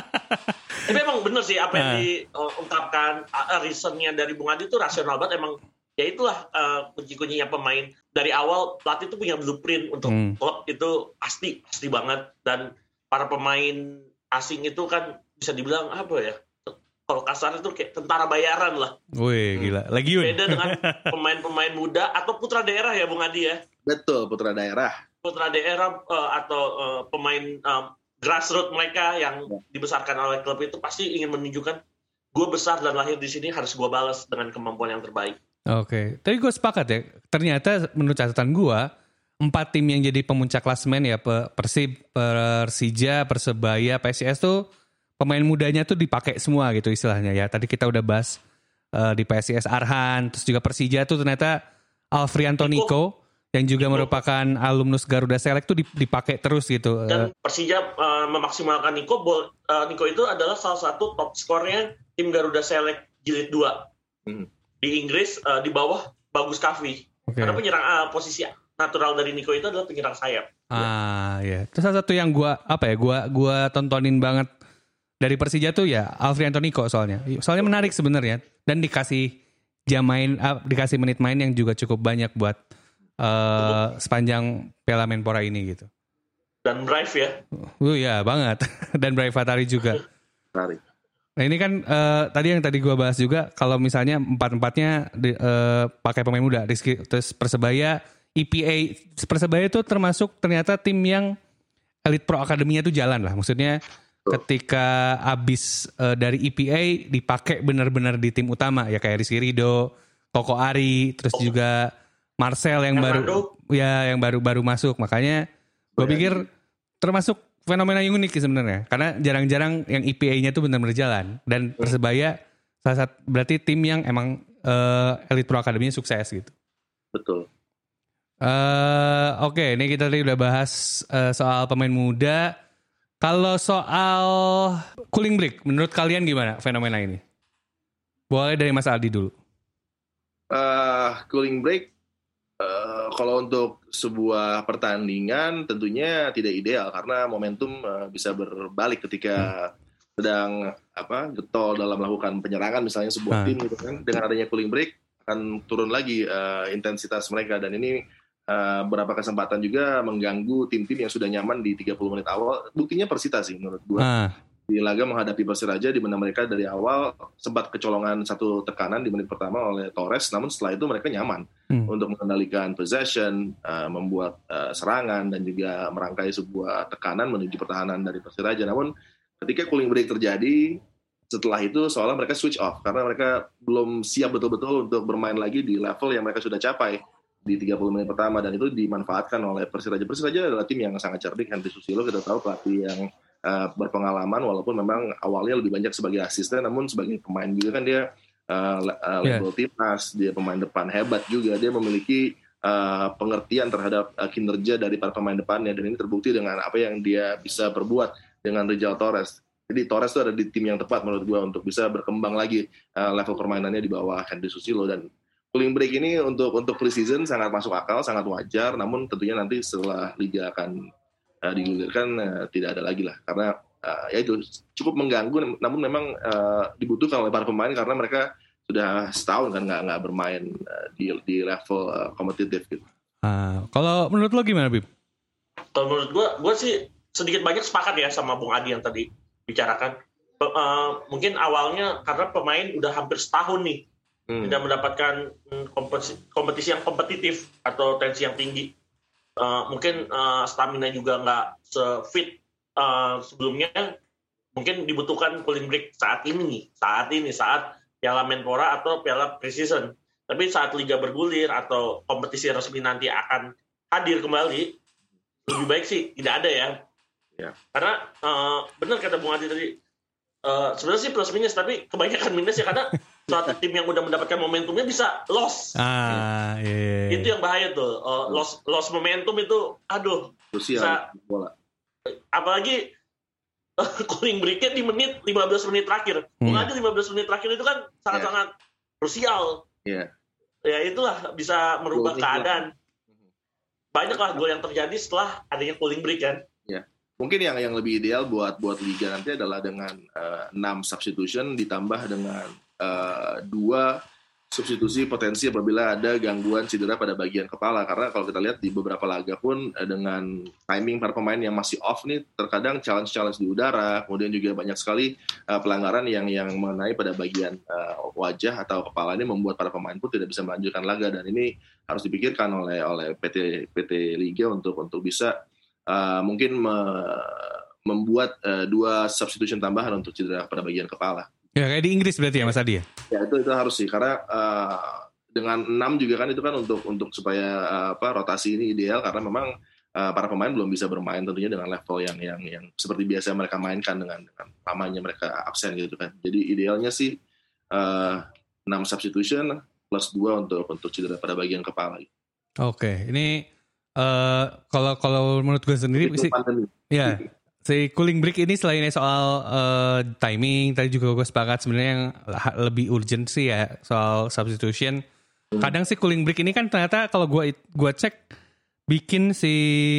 Tapi emang bener sih apa yang nah. diungkapkan uh, reasonnya dari Bung Adi itu rasional banget. Emang ya itulah uh, kunci-kuncinya pemain. Dari awal pelatih itu punya blueprint untuk hmm. klub itu pasti, pasti banget. Dan para pemain asing itu kan bisa dibilang apa ya, kalau kasar itu kayak tentara bayaran lah. Wih, gila. Lagi beda dengan pemain-pemain muda atau putra daerah ya Bung Adi ya. Betul, putra daerah. Putra daerah uh, atau uh, pemain uh, grassroots mereka yang ya. dibesarkan oleh klub itu pasti ingin menunjukkan gue besar dan lahir di sini, harus gue balas dengan kemampuan yang terbaik. Oke, okay. Tapi gue sepakat ya. Ternyata menurut catatan gue, empat tim yang jadi pemuncak klasemen ya, Persib, Persija, Persebaya, P S I S tuh pemain mudanya tuh dipakai semua gitu istilahnya ya. Tadi kita udah bahas uh, di P S I S Arhan, terus juga Persija tuh ternyata Alfrianto Niko yang juga Niko. merupakan alumnus Garuda Select tuh dipakai terus gitu. Dan Persija uh, memaksimalkan Niko. Uh, Niko itu adalah salah satu top skornya tim Garuda Select Jilid dua. Hmm. Di Inggris uh, di bawah Bagus Kavi. Okay. Karena penyerang uh, posisi natural dari Niko itu adalah penyerang sayap. Ah ya. Terus salah satu yang gua apa ya? Gua gua tontonin banget dari Persija tuh ya Alfrianto Niko soalnya. Soalnya menarik sebenarnya dan dikasih jam main uh, dikasih menit main yang juga cukup banyak buat Uh, sepanjang Piala Menpora ini gitu. Dan Brave ya. Uh ya banget. Dan Brave Fatari juga. Fatari. Nah ini kan uh, tadi yang tadi gue bahas juga, kalau misalnya empat-empatnya di, uh, pakai pemain muda, Rizky, terus Persebaya, E P A, Persebaya itu termasuk ternyata tim yang Elite Pro Academy-nya tuh jalan lah. Maksudnya ketika abis uh, dari E P A dipakai benar-benar di tim utama ya, kayak Rizky Ridho, Koko Ari, terus oh. juga Marcel yang, yang baru Rando. ya yang baru-baru masuk. Makanya gue pikir termasuk fenomena yang unik sebenarnya, karena jarang-jarang yang E P A-nya tuh benar-benar jalan. Dan Persebaya salah satu berarti tim yang emang uh, Elite Pro Academy sukses gitu. Betul. Uh, Oke, okay, ini kita tadi udah bahas uh, soal pemain muda. Kalau soal cooling break, menurut kalian gimana fenomena ini? Boleh dari Mas Aldi dulu. Uh, cooling break. Uh, kalau untuk sebuah pertandingan tentunya tidak ideal karena momentum uh, bisa berbalik ketika hmm. sedang apa getol dalam melakukan penyerangan misalnya sebuah hmm. tim gitu kan. Dengan adanya cooling break akan turun lagi uh, intensitas mereka, dan ini uh, beberapa kesempatan juga mengganggu tim-tim yang sudah nyaman di tiga puluh menit awal. Buktinya Persita sih menurut gue. Hmm. Di laga menghadapi Persiraja, di mana mereka dari awal sempat kecolongan satu tekanan di menit pertama oleh Torres, namun setelah itu mereka nyaman hmm. untuk mengendalikan possession, uh, membuat uh, serangan, dan juga merangkai sebuah tekanan menuju pertahanan dari Persiraja. Namun ketika cooling break terjadi, setelah itu seolah mereka switch off karena mereka belum siap betul-betul untuk bermain lagi di level yang mereka sudah capai di tiga puluh menit pertama, dan itu dimanfaatkan oleh Persiraja. Persiraja adalah tim yang sangat cerdik. Henry Susilo kita tahu pelatih yang Uh, berpengalaman, walaupun memang awalnya lebih banyak sebagai asisten, namun sebagai pemain juga kan dia uh, uh, level yeah. timnas, dia pemain depan hebat juga, dia memiliki uh, pengertian terhadap uh, kinerja dari para pemain depannya, dan ini terbukti dengan apa yang dia bisa berbuat dengan Rizal Torres. Jadi Torres itu ada di tim yang tepat menurut gue untuk bisa berkembang lagi uh, level permainannya di bawah Henry Susilo. Dan cooling break ini untuk untuk pre-season sangat masuk akal, sangat wajar, namun tentunya nanti setelah liga akan Uh, digulirkan uh, tidak ada lagi lah, karena uh, ya itu cukup mengganggu, namun memang uh, dibutuhkan oleh para pemain karena mereka sudah setahun kan nggak nggak bermain uh, di di level uh, kompetitif gitu. Uh, kalau menurut lo gimana, Bib? Kalau menurut gue, gue sih sedikit banyak sepakat ya sama Bung Adi yang tadi bicarakan. Uh, mungkin awalnya karena pemain udah hampir setahun nih hmm. tidak mendapatkan kompetisi, kompetisi yang kompetitif atau tensi yang tinggi. Uh, mungkin uh, stamina juga nggak se-fit uh, sebelumnya, mungkin dibutuhkan cooling break saat ini, saat ini, saat Piala Menpora atau Piala Pre-Season. Tapi saat Liga bergulir atau kompetisi resmi nanti akan hadir kembali, lebih baik sih tidak ada ya. ya. Karena uh, benar kata Bung Adi tadi, uh, sebenarnya sih plus minus, tapi kebanyakan minus ya karena suatu tim yang udah mendapatkan momentumnya bisa loss. Ah, iya. Itu yang bahaya tuh. Uh, loss loss momentum itu, aduh. Bisa bola. Apalagi cooling break-nya di menit lima belas menit terakhir. Hmm. Bung Adi lima belas menit terakhir itu kan sangat-sangat yeah. krusial. Iya. Yeah. Ya itulah bisa merubah Goal keadaan. Banyaklah gol yang terjadi setelah adanya cooling break kan. Iya. Yeah. Mungkin yang yang lebih ideal buat buat liga nanti adalah dengan uh, enam substitution ditambah dengan uh, dua substitusi potensi apabila ada gangguan cedera pada bagian kepala, karena kalau kita lihat di beberapa laga pun eh, dengan timing para pemain yang masih off nih terkadang challenge-challenge di udara, kemudian juga banyak sekali uh, pelanggaran yang yang mengenai pada bagian uh, wajah atau kepala ini membuat para pemain pun tidak bisa melanjutkan laga, dan ini harus dipikirkan oleh oleh P T P T Liga untuk untuk bisa uh, mungkin me, membuat uh, dua substitution tambahan untuk cedera pada bagian kepala. Ya kayak di Inggris berarti ya Mas Adi ya? Ya itu itu harus sih, karena uh, dengan enam juga kan itu kan untuk untuk supaya uh, apa rotasi ini ideal, karena memang uh, para pemain belum bisa bermain tentunya dengan level yang yang yang seperti biasa mereka mainkan dengan dengan lamanya mereka absen gitu kan. Jadi idealnya sih uh, enam substitution plus dua untuk untuk cedera pada bagian kepala. Oke, ini uh, kalau kalau menurut gue sendiri sih, ya. Si cooling break ini selain soal uh, timing, tadi juga gue sepakat sebenarnya yang lebih urgent sih ya soal substitution. Hmm. Kadang sih cooling break ini kan ternyata kalau gue gue cek bikin si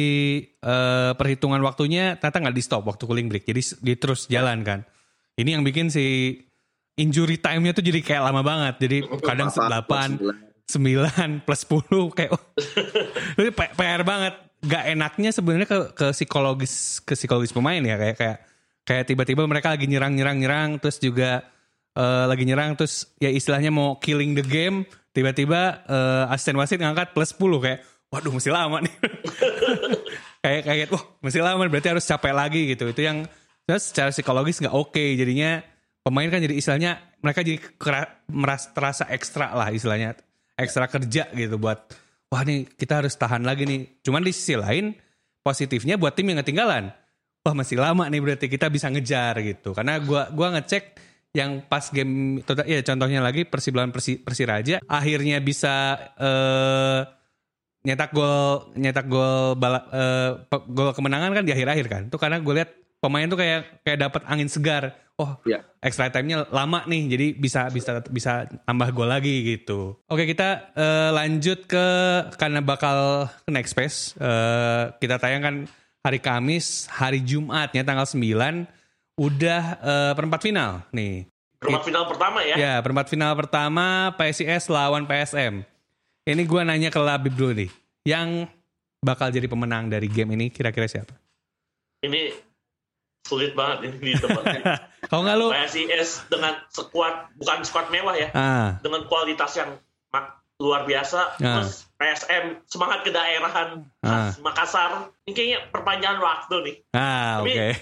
uh, perhitungan waktunya ternyata nggak di stop waktu cooling break, jadi dia terus jalan kan. Ini yang bikin si injury time-nya tuh jadi kayak lama banget. Jadi kadang delapan, sembilan plus sepuluh kayak oh, itu P R banget. Gak enaknya sebenarnya ke, ke psikologis ke psikologis pemain ya, kayak kayak kayak tiba-tiba mereka lagi nyerang nyerang nyerang terus juga uh, lagi nyerang terus ya istilahnya mau killing the game, tiba-tiba uh, asisten wasit ngangkat plus sepuluh kayak waduh masih lama nih. kayak kayak wah masih lama berarti harus capek lagi gitu. Itu yang secara psikologis nggak oke, jadinya pemain kan jadi istilahnya mereka jadi kera, merasa terasa ekstra lah istilahnya, ekstra kerja gitu buat wah nih kita harus tahan lagi nih. Cuman di sisi lain positifnya buat tim yang ketinggalan, wah masih lama nih berarti kita bisa ngejar gitu. Karena gua gua ngecek yang pas game ya contohnya lagi Persib lawan Persi, Persiraja akhirnya bisa uh, nyetak gol nyetak gol bala, uh, gol kemenangan kan di akhir-akhir kan. Itu karena gue lihat pemain tuh kayak kayak dapat angin segar. Oh, ya. Extra time-nya lama nih, jadi bisa bisa bisa tambah gol lagi gitu. Oke, kita uh, lanjut ke karena bakal ke next phase. Uh, kita tayangkan hari Kamis, hari Jumatnya tanggal sembilan udah uh, perempat final nih. Perempat final pertama ya? Ya, perempat final pertama P S I S lawan P S M. Ini gue nanya ke Labib dulu nih, yang bakal jadi pemenang dari game ini kira-kira siapa? Ini sulit banget ini di tempatnya. Kalau nggak lu P S I S dengan skuad, bukan skuad mewah ya, ah. dengan kualitas yang mak- luar biasa, ah. terus P S M semangat kedaerahan ah. Makassar, ini kayaknya perpanjangan waktu nih. Ah, oke. Okay.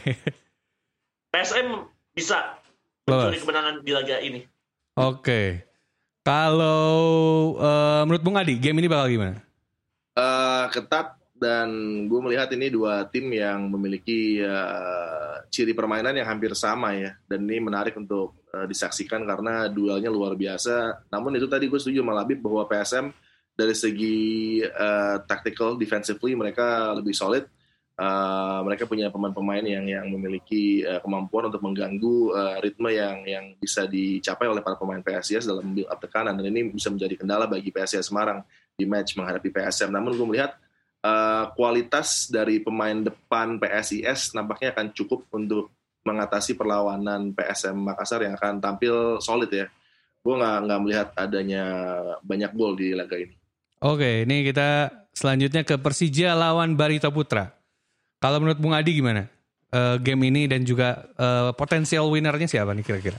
P S M bisa mencuri kemenangan di laga ini. Oke. Okay. Kalau uh, menurut Bung Adi, game ini bakal gimana? Uh, ketat. Dan gue melihat ini dua tim yang memiliki uh, ciri permainan yang hampir sama ya. Dan ini menarik untuk uh, disaksikan karena duelnya luar biasa. Namun itu tadi gue setuju sama Labib bahwa P S M dari segi uh, tactical, defensively mereka lebih solid. Uh, mereka punya pemain-pemain yang yang memiliki uh, kemampuan untuk mengganggu uh, ritme yang yang bisa dicapai oleh para pemain P S I S dalam build up tekanan. Dan ini bisa menjadi kendala bagi P S I S Semarang di match menghadapi P S M. Namun gue melihat Uh, kualitas dari pemain depan P S I S nampaknya akan cukup untuk mengatasi perlawanan P S M Makassar yang akan tampil solid ya. Gue nggak nggak melihat adanya banyak gol di laga ini. Oke, ini kita selanjutnya ke Persija lawan Barito Putra. Kalau menurut Bung Adi gimana uh, game ini dan juga uh, potensial winnernya siapa nih kira-kira?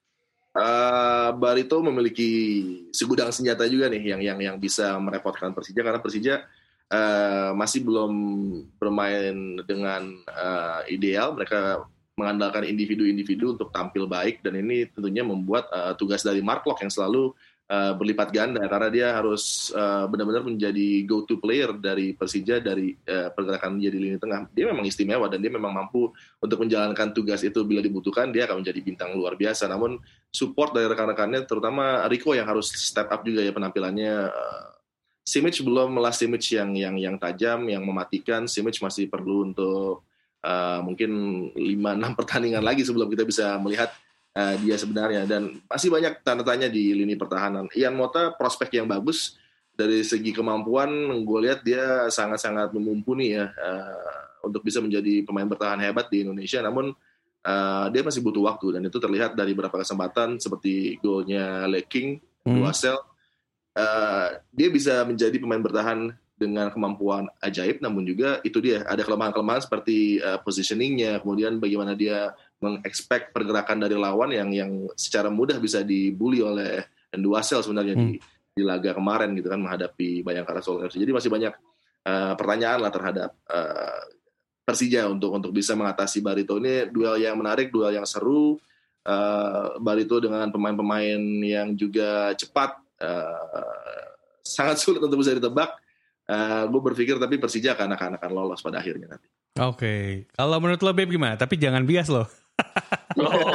Uh, Barito memiliki segudang senjata juga nih yang yang yang bisa merepotkan Persija, karena Persija Uh, masih belum bermain dengan uh, ideal. Mereka mengandalkan individu-individu untuk tampil baik, dan ini tentunya membuat uh, tugas dari Mark Locke yang selalu uh, berlipat ganda, karena dia harus uh, benar-benar menjadi go-to player dari Persija dari uh, pergerakan dia di lini tengah. Dia memang istimewa dan dia memang mampu untuk menjalankan tugas itu bila dibutuhkan. Dia akan menjadi bintang luar biasa. Namun support dari rekan-rekannya, terutama Rico yang harus step up juga ya penampilannya. Uh, Simic belum last Simic yang yang yang tajam, yang mematikan. Simic masih perlu untuk uh, mungkin lima enam pertandingan lagi sebelum kita bisa melihat uh, dia sebenarnya. Dan masih banyak tanda tanya di lini pertahanan. Ian Mota prospek yang bagus dari segi kemampuan, gue lihat dia sangat-sangat mumpuni ya uh, untuk bisa menjadi pemain bertahan hebat di Indonesia. Namun uh, dia masih butuh waktu, dan itu terlihat dari beberapa kesempatan seperti golnya Leking hmm. dua sel. Uh, dia bisa menjadi pemain bertahan dengan kemampuan ajaib, namun juga itu dia ada kelemahan-kelemahan seperti uh, positioningnya, kemudian bagaimana dia mengekspek pergerakan dari lawan yang yang secara mudah bisa dibully oleh dua sel sebenarnya hmm. di di laga kemarin gitu kan, menghadapi Bayangkara Solo F C. Jadi masih banyak uh, pertanyaan lah terhadap uh, Persija untuk untuk bisa mengatasi Barito. Ini duel yang menarik, duel yang seru. Uh, Barito dengan pemain-pemain yang juga cepat, uh, sangat sulit untuk bisa ditebak. Uh, gue berpikir tapi Persija akan akan akan lolos pada akhirnya nanti. Oke, okay. Kalau menurut lo Beb gimana? Tapi jangan bias lo. oh.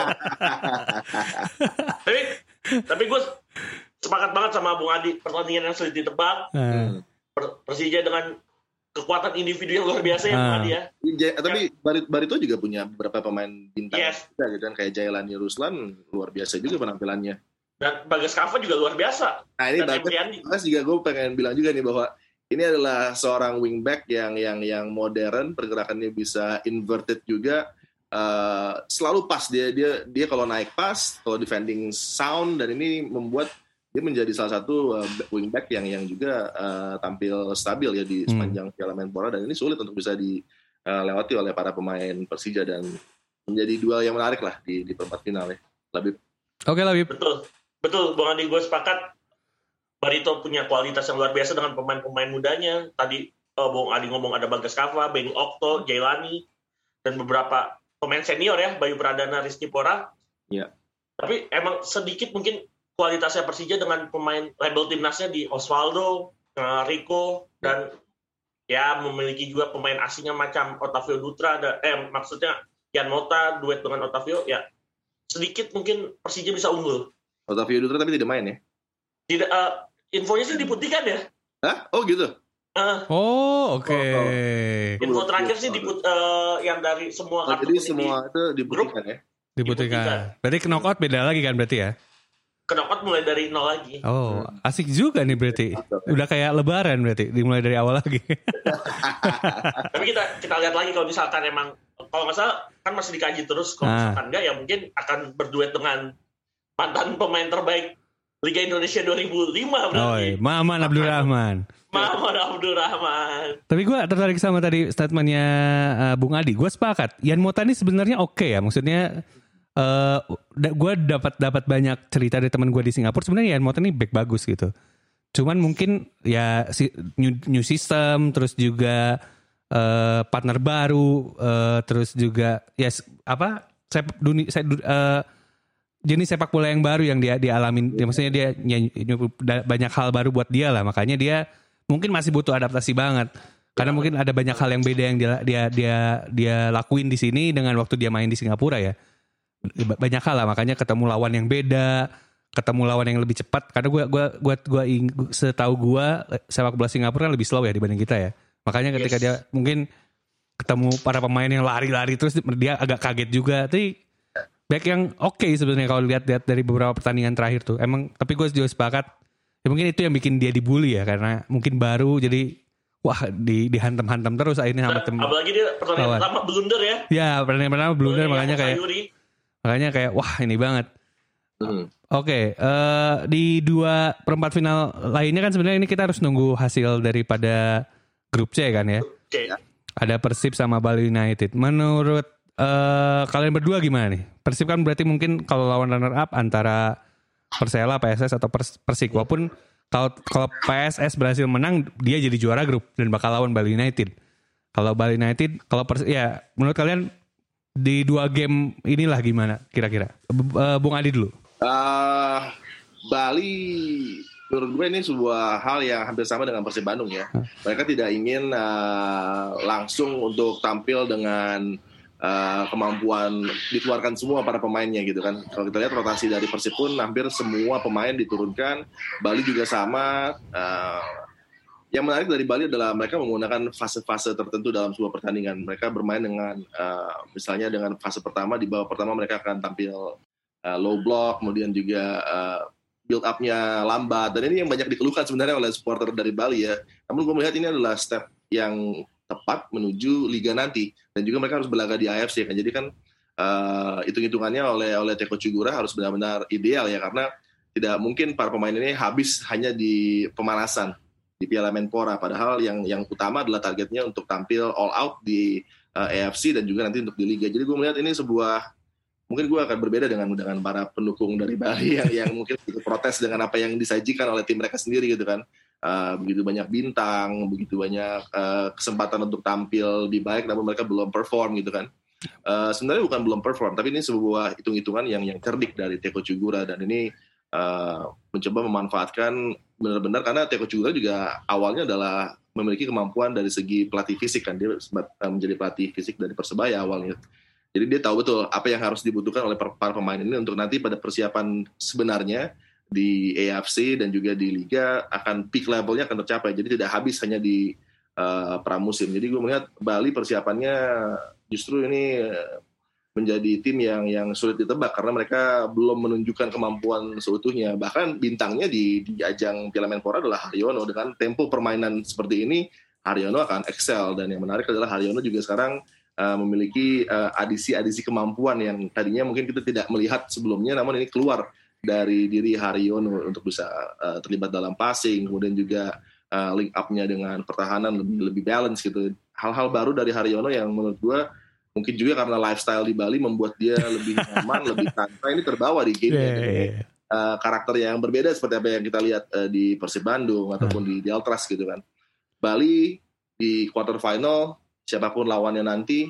tapi tapi gue sepakat banget sama Bung Adi, pertandingan yang sulit ditebak. Hmm. Persija dengan kekuatan individu yang luar biasa ya Bung Adi ya. Ja, tapi ya. Barito juga punya beberapa pemain bintang yes. juga gitu kan, kayak Jailani Ruslan luar biasa juga penampilannya. Dan Bagas Kava juga luar biasa. Nah ini Bagas juga gue pengen bilang juga nih bahwa ini adalah seorang wingback yang yang yang modern, pergerakannya bisa inverted juga. Uh, selalu pas dia dia dia kalau naik pas, kalau defending sound, dan ini membuat dia menjadi salah satu uh, wingback yang yang juga uh, tampil stabil ya di sepanjang Piala Menpora, dan ini sulit untuk bisa dilewati uh, oleh para pemain Persija, dan menjadi duel yang menarik lah di di perempat final ya. Labib. Oke Labib. Betul, betul Bang Adi, gue sepakat. Barito punya kualitas yang luar biasa dengan pemain-pemain mudanya. Tadi uh, Bang Adi ngomong ada Bagas Kava, Benny Okto, Jailani, dan beberapa pemain senior ya, Bayu Pradana, Rizky Pora. Iya. Tapi emang sedikit mungkin kualitasnya Persija dengan pemain label timnasnya di Osvaldo, Rico, dan ya memiliki juga pemain asingnya macam Otavio Dutra, ada, eh maksudnya Ian Mota duet dengan Otavio, ya sedikit mungkin Persija bisa unggul. Otavio Dutra tapi tidak main ya? Tidak, uh, infonya sih diputihkan ya. Hah? Oh gitu? Uh, oh oke. Okay. Info terakhir sih diput, uh, yang dari semua kartu kuning. Jadi semua itu diputihkan ya? Diputihkan. Berarti knockout beda lagi kan berarti ya? Knockout mulai dari nol lagi. Oh, asik juga nih berarti. Udah kayak lebaran berarti, dimulai dari awal lagi. Tapi kita kita lihat lagi kalau misalkan emang, kalau nggak salah kan masih dikaji terus. Kalau ah. misalkan enggak ya mungkin akan berduet dengan mantan pemain terbaik Liga Indonesia dua ribu lima berarti. Oh, iya. Maman Abdurrahman. Maman Abdurrahman. Tapi gue tertarik sama tadi statementnya uh, Bung Adi. Gue sepakat. Ian Mota ini sebenarnya oke okay ya. Maksudnya uh, gue dapat dapat banyak cerita dari teman gue di Singapura. Sebenarnya Ian Mota ini back bagus gitu. Cuman mungkin ya si, new, new system, terus juga uh, partner baru, uh, terus juga ya yes, apa? Saya dunia saya uh, jenis sepak bola yang baru yang dia dialamin, ya, maksudnya dia ny- ny- banyak hal baru buat dia lah, makanya dia mungkin masih butuh adaptasi banget, karena mungkin ada banyak hal yang beda yang dia dia dia dia lakuin di sini dengan waktu dia main di Singapura ya, banyak hal lah, makanya ketemu lawan yang beda, ketemu lawan yang lebih cepat, karena gue gue gue gue setahu gue sepak bola Singapura kan lebih slow ya dibanding kita ya, makanya ketika yes. dia mungkin ketemu para pemain yang lari-lari terus dia agak kaget juga, tapi back yang oke okay sebenarnya kalau lihat-lihat dari beberapa pertandingan terakhir tuh. Emang tapi gue juga sepakat. Ya mungkin itu yang bikin dia dibully ya, karena mungkin baru jadi wah di dihantam-hantam terus akhirnya sama tim. Apalagi dia pertandingan pertama blunder ya. Ya, pertandingan pertama blunder makanya kayak makanya kayak wah ini banget. Hmm. Oke, okay, uh, di dua perempat final lainnya kan sebenarnya ini kita harus nunggu hasil daripada grup C kan ya. Oke. Okay. Ada Persib sama Bali United. Menurut Uh, kalian berdua gimana nih? Persib kan berarti mungkin kalau lawan runner up antara Persela, P S S atau Pers- Persik. Walaupun kalau kalau P S S berhasil menang, dia jadi juara grup dan bakal lawan Bali United. Kalau Bali United, kalau Pers- ya menurut kalian di dua game inilah gimana kira-kira? Uh, Bung Adi dulu. Uh, Bali menurut gue ini sebuah hal yang hampir sama dengan Persib Bandung ya. Mereka tidak ingin uh, langsung untuk tampil dengan Uh, kemampuan dikeluarkan semua para pemainnya gitu kan. Kalau kita lihat rotasi dari Persib pun hampir semua pemain diturunkan. Bali juga sama. Uh, yang menarik dari Bali adalah mereka menggunakan fase-fase tertentu dalam sebuah pertandingan. Mereka bermain dengan uh, misalnya dengan fase pertama, di babak pertama mereka akan tampil uh, low block, kemudian juga uh, build up-nya lambat, dan ini yang banyak dikeluhkan sebenarnya oleh supporter dari Bali ya. Namun gue melihat ini adalah step yang tepat menuju liga nanti, dan juga mereka harus berlaga di A F C kan. Jadi kan uh, hitung-hitungannya oleh oleh Teko Cugura harus benar-benar ideal ya, karena tidak mungkin para pemain ini habis hanya di pemanasan di Piala Menpora, padahal yang yang utama adalah targetnya untuk tampil all out di uh, A F C dan juga nanti untuk di liga. Jadi gue melihat ini sebuah, mungkin gue akan berbeda dengan dengan para pendukung dari Bali yang yang mungkin protes dengan apa yang disajikan oleh tim mereka sendiri gitu kan. Uh, begitu banyak bintang, begitu banyak uh, kesempatan untuk tampil lebih baik, namun mereka belum perform gitu kan. Uh, sebenarnya bukan belum perform, tapi ini sebuah hitung-hitungan yang yang cerdik dari Teko Cugura, dan ini uh, mencoba memanfaatkan benar-benar, karena Teko Cugura juga awalnya adalah memiliki kemampuan dari segi pelatih fisik kan, dia menjadi pelatih fisik dari Persebaya awalnya. Jadi dia tahu betul apa yang harus dibutuhkan oleh para pemain ini untuk nanti pada persiapan sebenarnya di A F C dan juga di Liga akan peak levelnya akan tercapai. Jadi tidak habis hanya di uh, pramusim. Jadi gue melihat Bali persiapannya justru ini menjadi tim yang yang sulit ditebak karena mereka belum menunjukkan kemampuan seutuhnya. Bahkan bintangnya di, di ajang Piala Menpora adalah Haryono. Dengan tempo permainan seperti ini, Haryono akan excel. Dan yang menarik adalah Haryono juga sekarang uh, memiliki uh, adisi-adisi kemampuan yang tadinya mungkin kita tidak melihat sebelumnya, namun ini keluar dari diri Haryono untuk bisa uh, terlibat dalam passing, kemudian juga uh, link up-nya dengan pertahanan lebih lebih balance gitu. Hal-hal baru dari Haryono yang menurut gue mungkin juga karena lifestyle di Bali membuat dia lebih nyaman, lebih santai, ini terbawa di game. Yeah, yeah, yeah. Uh, karakter yang berbeda seperti apa yang kita lihat uh, di Persib Bandung ataupun hmm. di, di Altras gitu kan. Bali di quarter final, siapapun lawannya nanti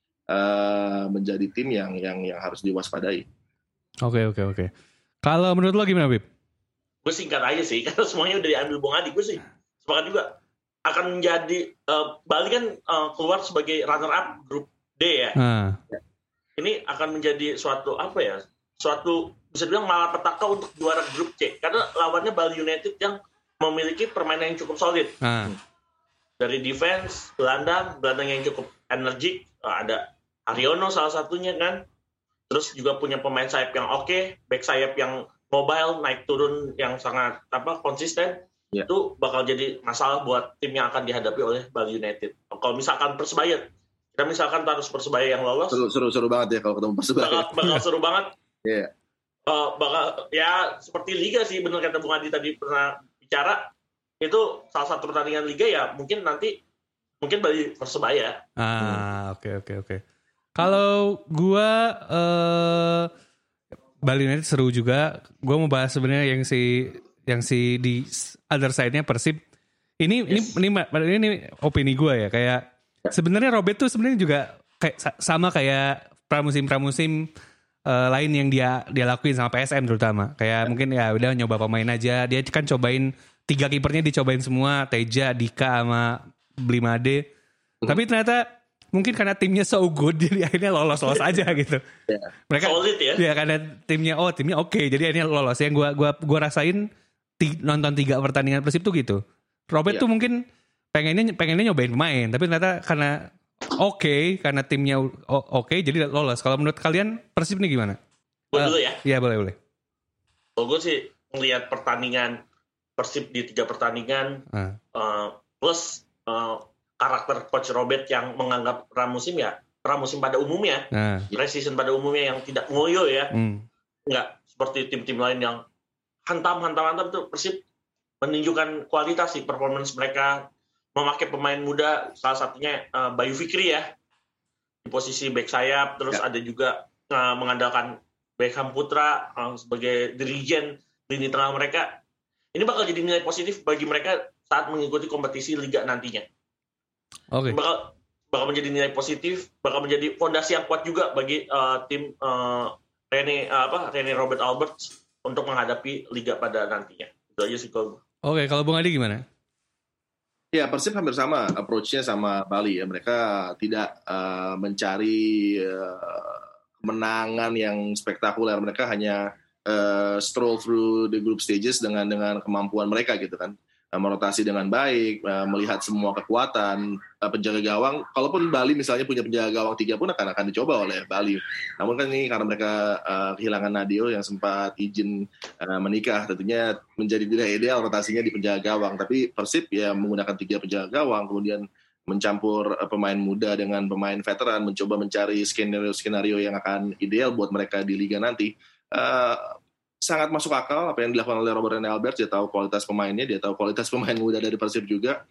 uh, menjadi tim yang yang yang harus diwaspadai. Oke okay, oke okay, oke. Okay. Kalau menurut lo gimana, Bib? Gue singkat aja sih, karena semuanya udah diambil Bung Adi. Gue sih sepakat juga. Akan menjadi, uh, Bali kan uh, keluar sebagai runner-up grup D ya. Hmm. Ini akan menjadi suatu, apa ya, suatu, bisa dibilang malapetaka untuk juara grup C. Karena lawannya Bali United yang memiliki permainan yang cukup solid. Hmm. Dari defense, gelandang, gelandang yang cukup energik. Uh, ada Haryono salah satunya kan. Terus juga punya pemain sayap yang oke, okay, back sayap yang mobile, naik turun yang sangat apa konsisten. Yeah. Itu bakal jadi masalah buat tim yang akan dihadapi oleh Bali United. Kalau misalkan Persebaya, kita misalkan harus Persebaya yang lolos. Seru, seru, seru banget ya kalau ketemu Persebaya. Bakal, bakal seru banget. Iya. Yeah. Uh, bakal ya seperti Liga sih, benar kata Bung Adi tadi pernah bicara. Itu salah satu pertandingan Liga ya, mungkin nanti mungkin Bali Persebaya. Ah, oke oke oke. Kalau gue uh, Bali United seru juga. Gue mau bahas sebenarnya yang si yang si di other side-nya Persib. Ini yes. ini ini ini opini gue ya. Kayak sebenarnya Robert tuh sebenarnya juga kayak sama kayak pramusim-pramusim uh, lain yang dia dia lakuin sama P S M terutama. Kayak mungkin ya udah nyoba pemain aja. Dia kan cobain tiga kipernya dicobain semua, Teja, Dika sama Blimade. Hmm. Tapi ternyata mungkin karena timnya so good jadi akhirnya lolos-lolos aja gitu. Yeah. Mereka solid ya. Ya karena timnya oh timnya oke okay, jadi akhirnya lolos. Yang gua gua gua rasain t- nonton tiga pertandingan Persib tuh gitu. Robert yeah. tuh mungkin pengennya pengennya nyobain pemain tapi ternyata karena oke okay, karena timnya o- oke okay, jadi lolos. Kalau menurut kalian Persib ini gimana? Gua uh, dulu ya. Iya boleh boleh. Kalau gue sih melihat pertandingan Persib di tiga pertandingan uh. Uh, plus uh, karakter Coach Robert yang menganggap pramusim ya pramusim pada umumnya, nah. pre-season pada umumnya yang tidak ngoyo ya, hmm. nggak seperti tim-tim lain yang hantam-hantam-hantam tuh. Persib menunjukkan kualitas sih performance mereka, memakai pemain muda, salah satunya uh, Bayu Fikri ya di posisi back sayap, terus ya. Ada juga uh, mengandalkan Beckham Putra uh, sebagai dirigen lini tengah mereka. Ini bakal jadi nilai positif bagi mereka saat mengikuti kompetisi Liga nantinya. Okay. Bakal bakal menjadi nilai positif, bakal menjadi fondasi yang kuat juga bagi uh, tim uh, Rene uh, apa Rene Robert Alberts untuk menghadapi Liga pada nantinya. Itu aja sih kalau. Oke, okay, kalau Bung Adi gimana? Ya, Persib hampir sama approach-nya sama Bali ya. Mereka tidak uh, mencari uh, kemenangan yang spektakuler. Mereka hanya uh, stroll through the group stages dengan dengan kemampuan mereka gitu kan. merotasi dengan baik, melihat semua kekuatan penjaga gawang. Kalaupun Bali misalnya punya penjaga gawang tiga pun akan akan dicoba oleh Bali. Namun kan ini karena mereka uh, kehilangan Nadio yang sempat izin uh, menikah, tentunya menjadi tidak ideal rotasinya di penjaga gawang. Tapi Persib ya menggunakan tiga penjaga gawang, kemudian mencampur uh, pemain muda dengan pemain veteran, mencoba mencari skenario-skenario yang akan ideal buat mereka di liga nanti. Uh, sangat masuk akal apa yang dilakukan oleh Robert Rene Alberts. Dia tahu kualitas pemainnya, dia tahu kualitas pemain muda dari Persib juga.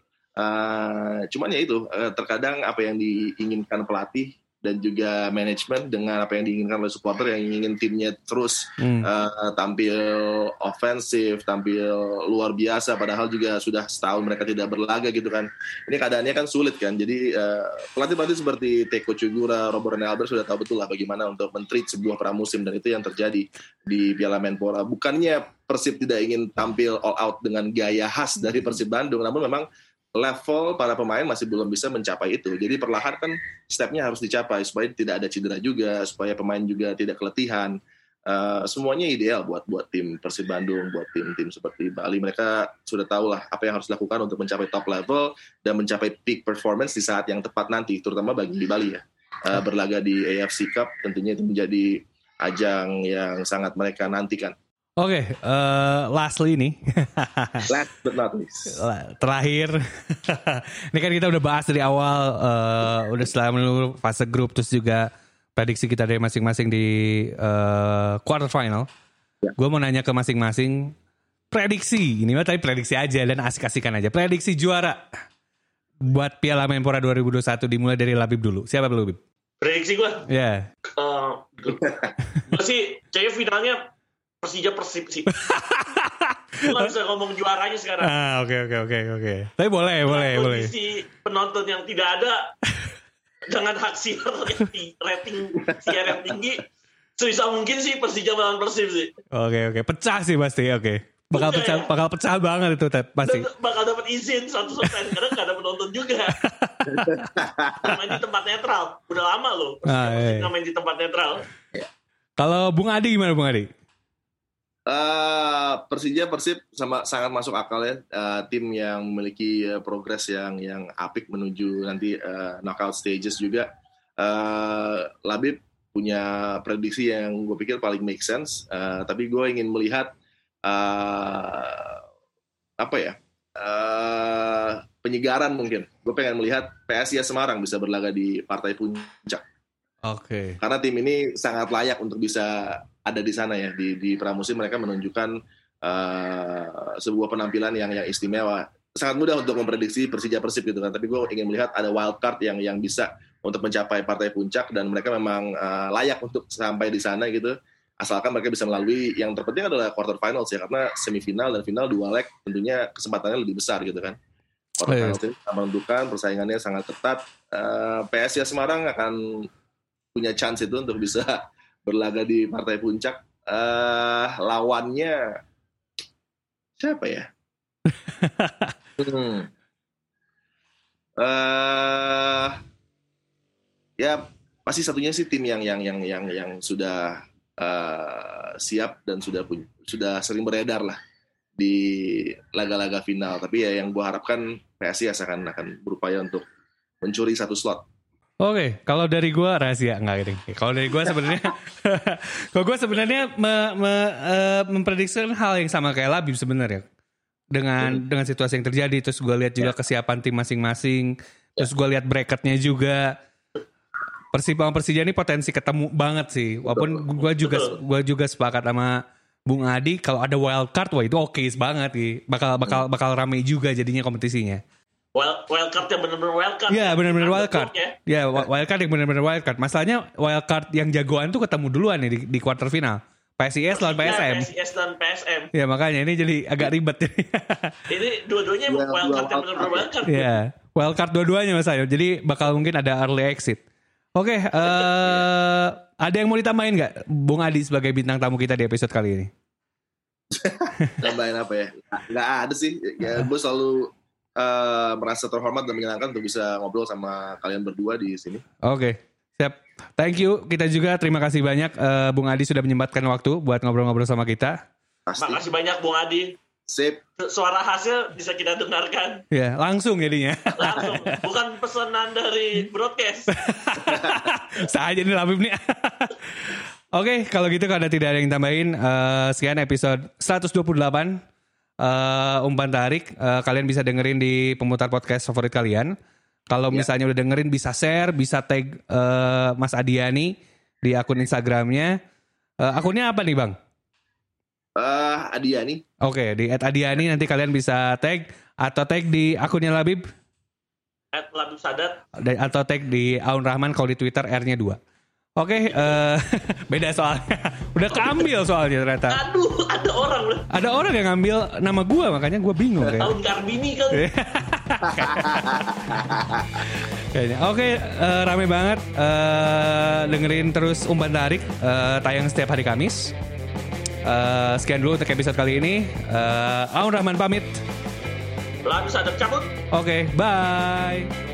Uh, cuman ya itu, uh, terkadang apa yang diinginkan pelatih dan juga manajemen dengan apa yang diinginkan oleh supporter yang ingin timnya terus hmm. uh, tampil ofensif, tampil luar biasa, padahal juga sudah setahun mereka tidak berlaga gitu kan. Ini keadaannya kan sulit kan. Jadi uh, pelatih-pelatih seperti Teko Cugura, Robert Rene Alberts sudah tahu betul lah bagaimana untuk men-treat sebuah pramusim, dan itu yang terjadi di Piala Menpora. Bukannya Persib tidak ingin tampil all out dengan gaya khas dari Persib Bandung, namun memang level para pemain masih belum bisa mencapai itu. Jadi perlahan kan stepnya harus dicapai supaya tidak ada cedera juga, supaya pemain juga tidak keletihan. Uh, semuanya ideal buat buat tim Persib Bandung, buat tim-tim seperti Bali. Mereka sudah tahu lah apa yang harus dilakukan untuk mencapai top level dan mencapai peak performance di saat yang tepat nanti, terutama bagi Bali ya. Uh, berlaga di A F C Cup tentunya itu menjadi ajang yang sangat mereka nantikan. Oke, okay, uh, lastly nih. Last but not least. Terakhir. Ini kan kita udah bahas dari awal, uh, udah setelah menunggu fase grup, terus juga prediksi kita dari masing-masing di uh, quarter final. Ya. Gue mau nanya ke masing-masing prediksi. Ini mah tadi prediksi aja dan asik-asikan aja. Prediksi juara buat Piala Menpora dua ribu dua puluh satu dimulai dari Labib dulu. Siapa dulu, Bib? Prediksi gue? Iya. Yeah. Uh, gue sih kayaknya finalnya Persija Persib sih. Gue gak bisa ngomong juaranya sekarang. Ah, oke oke oke oke. Tapi boleh, dengan boleh, boleh. Kondisi penonton yang tidak ada, dengan hak siar rating, rating siar yang tinggi, sebisa mungkin sih Persija melawan Persib sih. Oke oke, pecah sih pasti. Oke. Bakal pecah, ya? bakal pecah banget itu pasti. Dan bakal dapat izin seratus persen karena gak ada penonton juga. Main di tempat netral. Udah lama loh. Ah, iya. Main di tempat netral. Kalau Bung Adi gimana Bung Adi? Uh, Persija Persib sama sangat masuk akal ya, uh, tim yang memiliki uh, progres yang yang apik menuju nanti uh, knockout stages juga. Uh, Labib punya prediksi yang gue pikir paling make sense, uh, tapi gue ingin melihat uh, apa ya uh, penyegaran mungkin. Gue pengen melihat P S I S Semarang bisa berlaga di partai puncak. Oke. Okay. Karena tim ini sangat layak untuk bisa ada di sana ya, di di pramusim mereka menunjukkan uh, sebuah penampilan yang yang istimewa. Sangat mudah untuk memprediksi Persija Persib gitu kan, tapi gue ingin melihat ada wild card yang yang bisa untuk mencapai partai puncak, dan mereka memang uh, layak untuk sampai di sana gitu. Asalkan mereka bisa melalui, yang terpenting adalah quarter finals ya, karena semifinal dan final dua leg tentunya kesempatannya lebih besar gitu kan. Quarter oh, finals ini akan menentukan, persaingannya sangat ketat. Uh, P S I S Semarang akan punya chance itu untuk bisa berlaga di partai puncak. Uh, lawannya siapa ya? hmm. uh, ya pasti satunya sih tim yang yang yang yang yang sudah uh, siap dan sudah punya, sudah sering beredar lah di laga-laga final. Tapi ya yang gue harapkan P S I S akan akan berupaya untuk mencuri satu slot. Oke, okay, kalau dari gue rahasia enggak gitu. Kalau dari gue sebenarnya, kalau gue sebenarnya me, me, uh, memprediksikan hal yang sama kayak Labib sebenarnya, dengan hmm. dengan situasi yang terjadi. Terus gue lihat juga ya. kesiapan tim masing-masing. Terus gue lihat bracketnya juga. Persib sama Persija ini potensi ketemu banget sih. Walaupun gue juga gue juga sepakat sama Bung Adi, kalau ada wild card, wah itu oke okay banget sih. Bakal bakal bakal rame juga jadinya kompetisinya. Wild, wild card yang benar-benar wild card. Iya, benar-benar wild card. Ya, ya wild card yang benar-benar wild card. Masalahnya wild card yang jagoan tuh ketemu duluan nih di, di quarter final. P S I S lawan P S M. P S I S dan P S M. Ya makanya ini jadi agak ribet. Ini dua-duanya ya, wild card yang benar-benar wild card. Iya, wild card dua-duanya Mas Ayo. Jadi bakal mungkin ada early exit. Oke, okay, uh, ada yang mau ditambahin nggak, Bung Adi sebagai bintang tamu kita di episode kali ini? Tambahin apa ya? Nggak ada sih. Ya, gue selalu Uh, merasa terhormat dan menyenangkan untuk bisa ngobrol sama kalian berdua di sini. Oke, okay. Siap. Thank you. Kita juga terima kasih banyak uh, Bung Adi sudah menyempatkan waktu buat ngobrol-ngobrol sama kita. Pasti. Makasih banyak Bung Adi. Sip. Suara hasil bisa kita dengarkan. Ya, langsung jadinya. Langsung, bukan pesanan dari broadcast. Saja nih Labib nih. Oke, kalau gitu kalau tidak ada yang tambahin, uh, sekian episode seratus dua puluh delapan uh, Umpan Tarik. Uh, kalian bisa dengerin di pemutar podcast favorit kalian. Kalau ya. misalnya udah dengerin bisa share, bisa tag uh, Mas Adiani di akun Instagramnya. Uh, akunnya apa nih Bang? Uh, Adiani. Oke, okay, di at Adiani nanti kalian bisa tag atau tag di akunnya Labib. At Labib Sadat. Atau tag di Aun Rahman kalau di Twitter R-nya dua. Oke, okay, uh, beda soalnya. Udah keambil soalnya ternyata. Aduh, ada orang loh. Ada orang yang ngambil nama gue, makanya gue bingung. Tahun Karbini kali. Kayaknya. Oke, okay, uh, rame banget. Uh, dengerin terus Umpan Tarik, uh, tayang setiap hari Kamis. Uh, sekian dulu untuk episode kali ini. uh, Aun Rahman pamit. Labib Sadat cabut. Oke, okay, bye.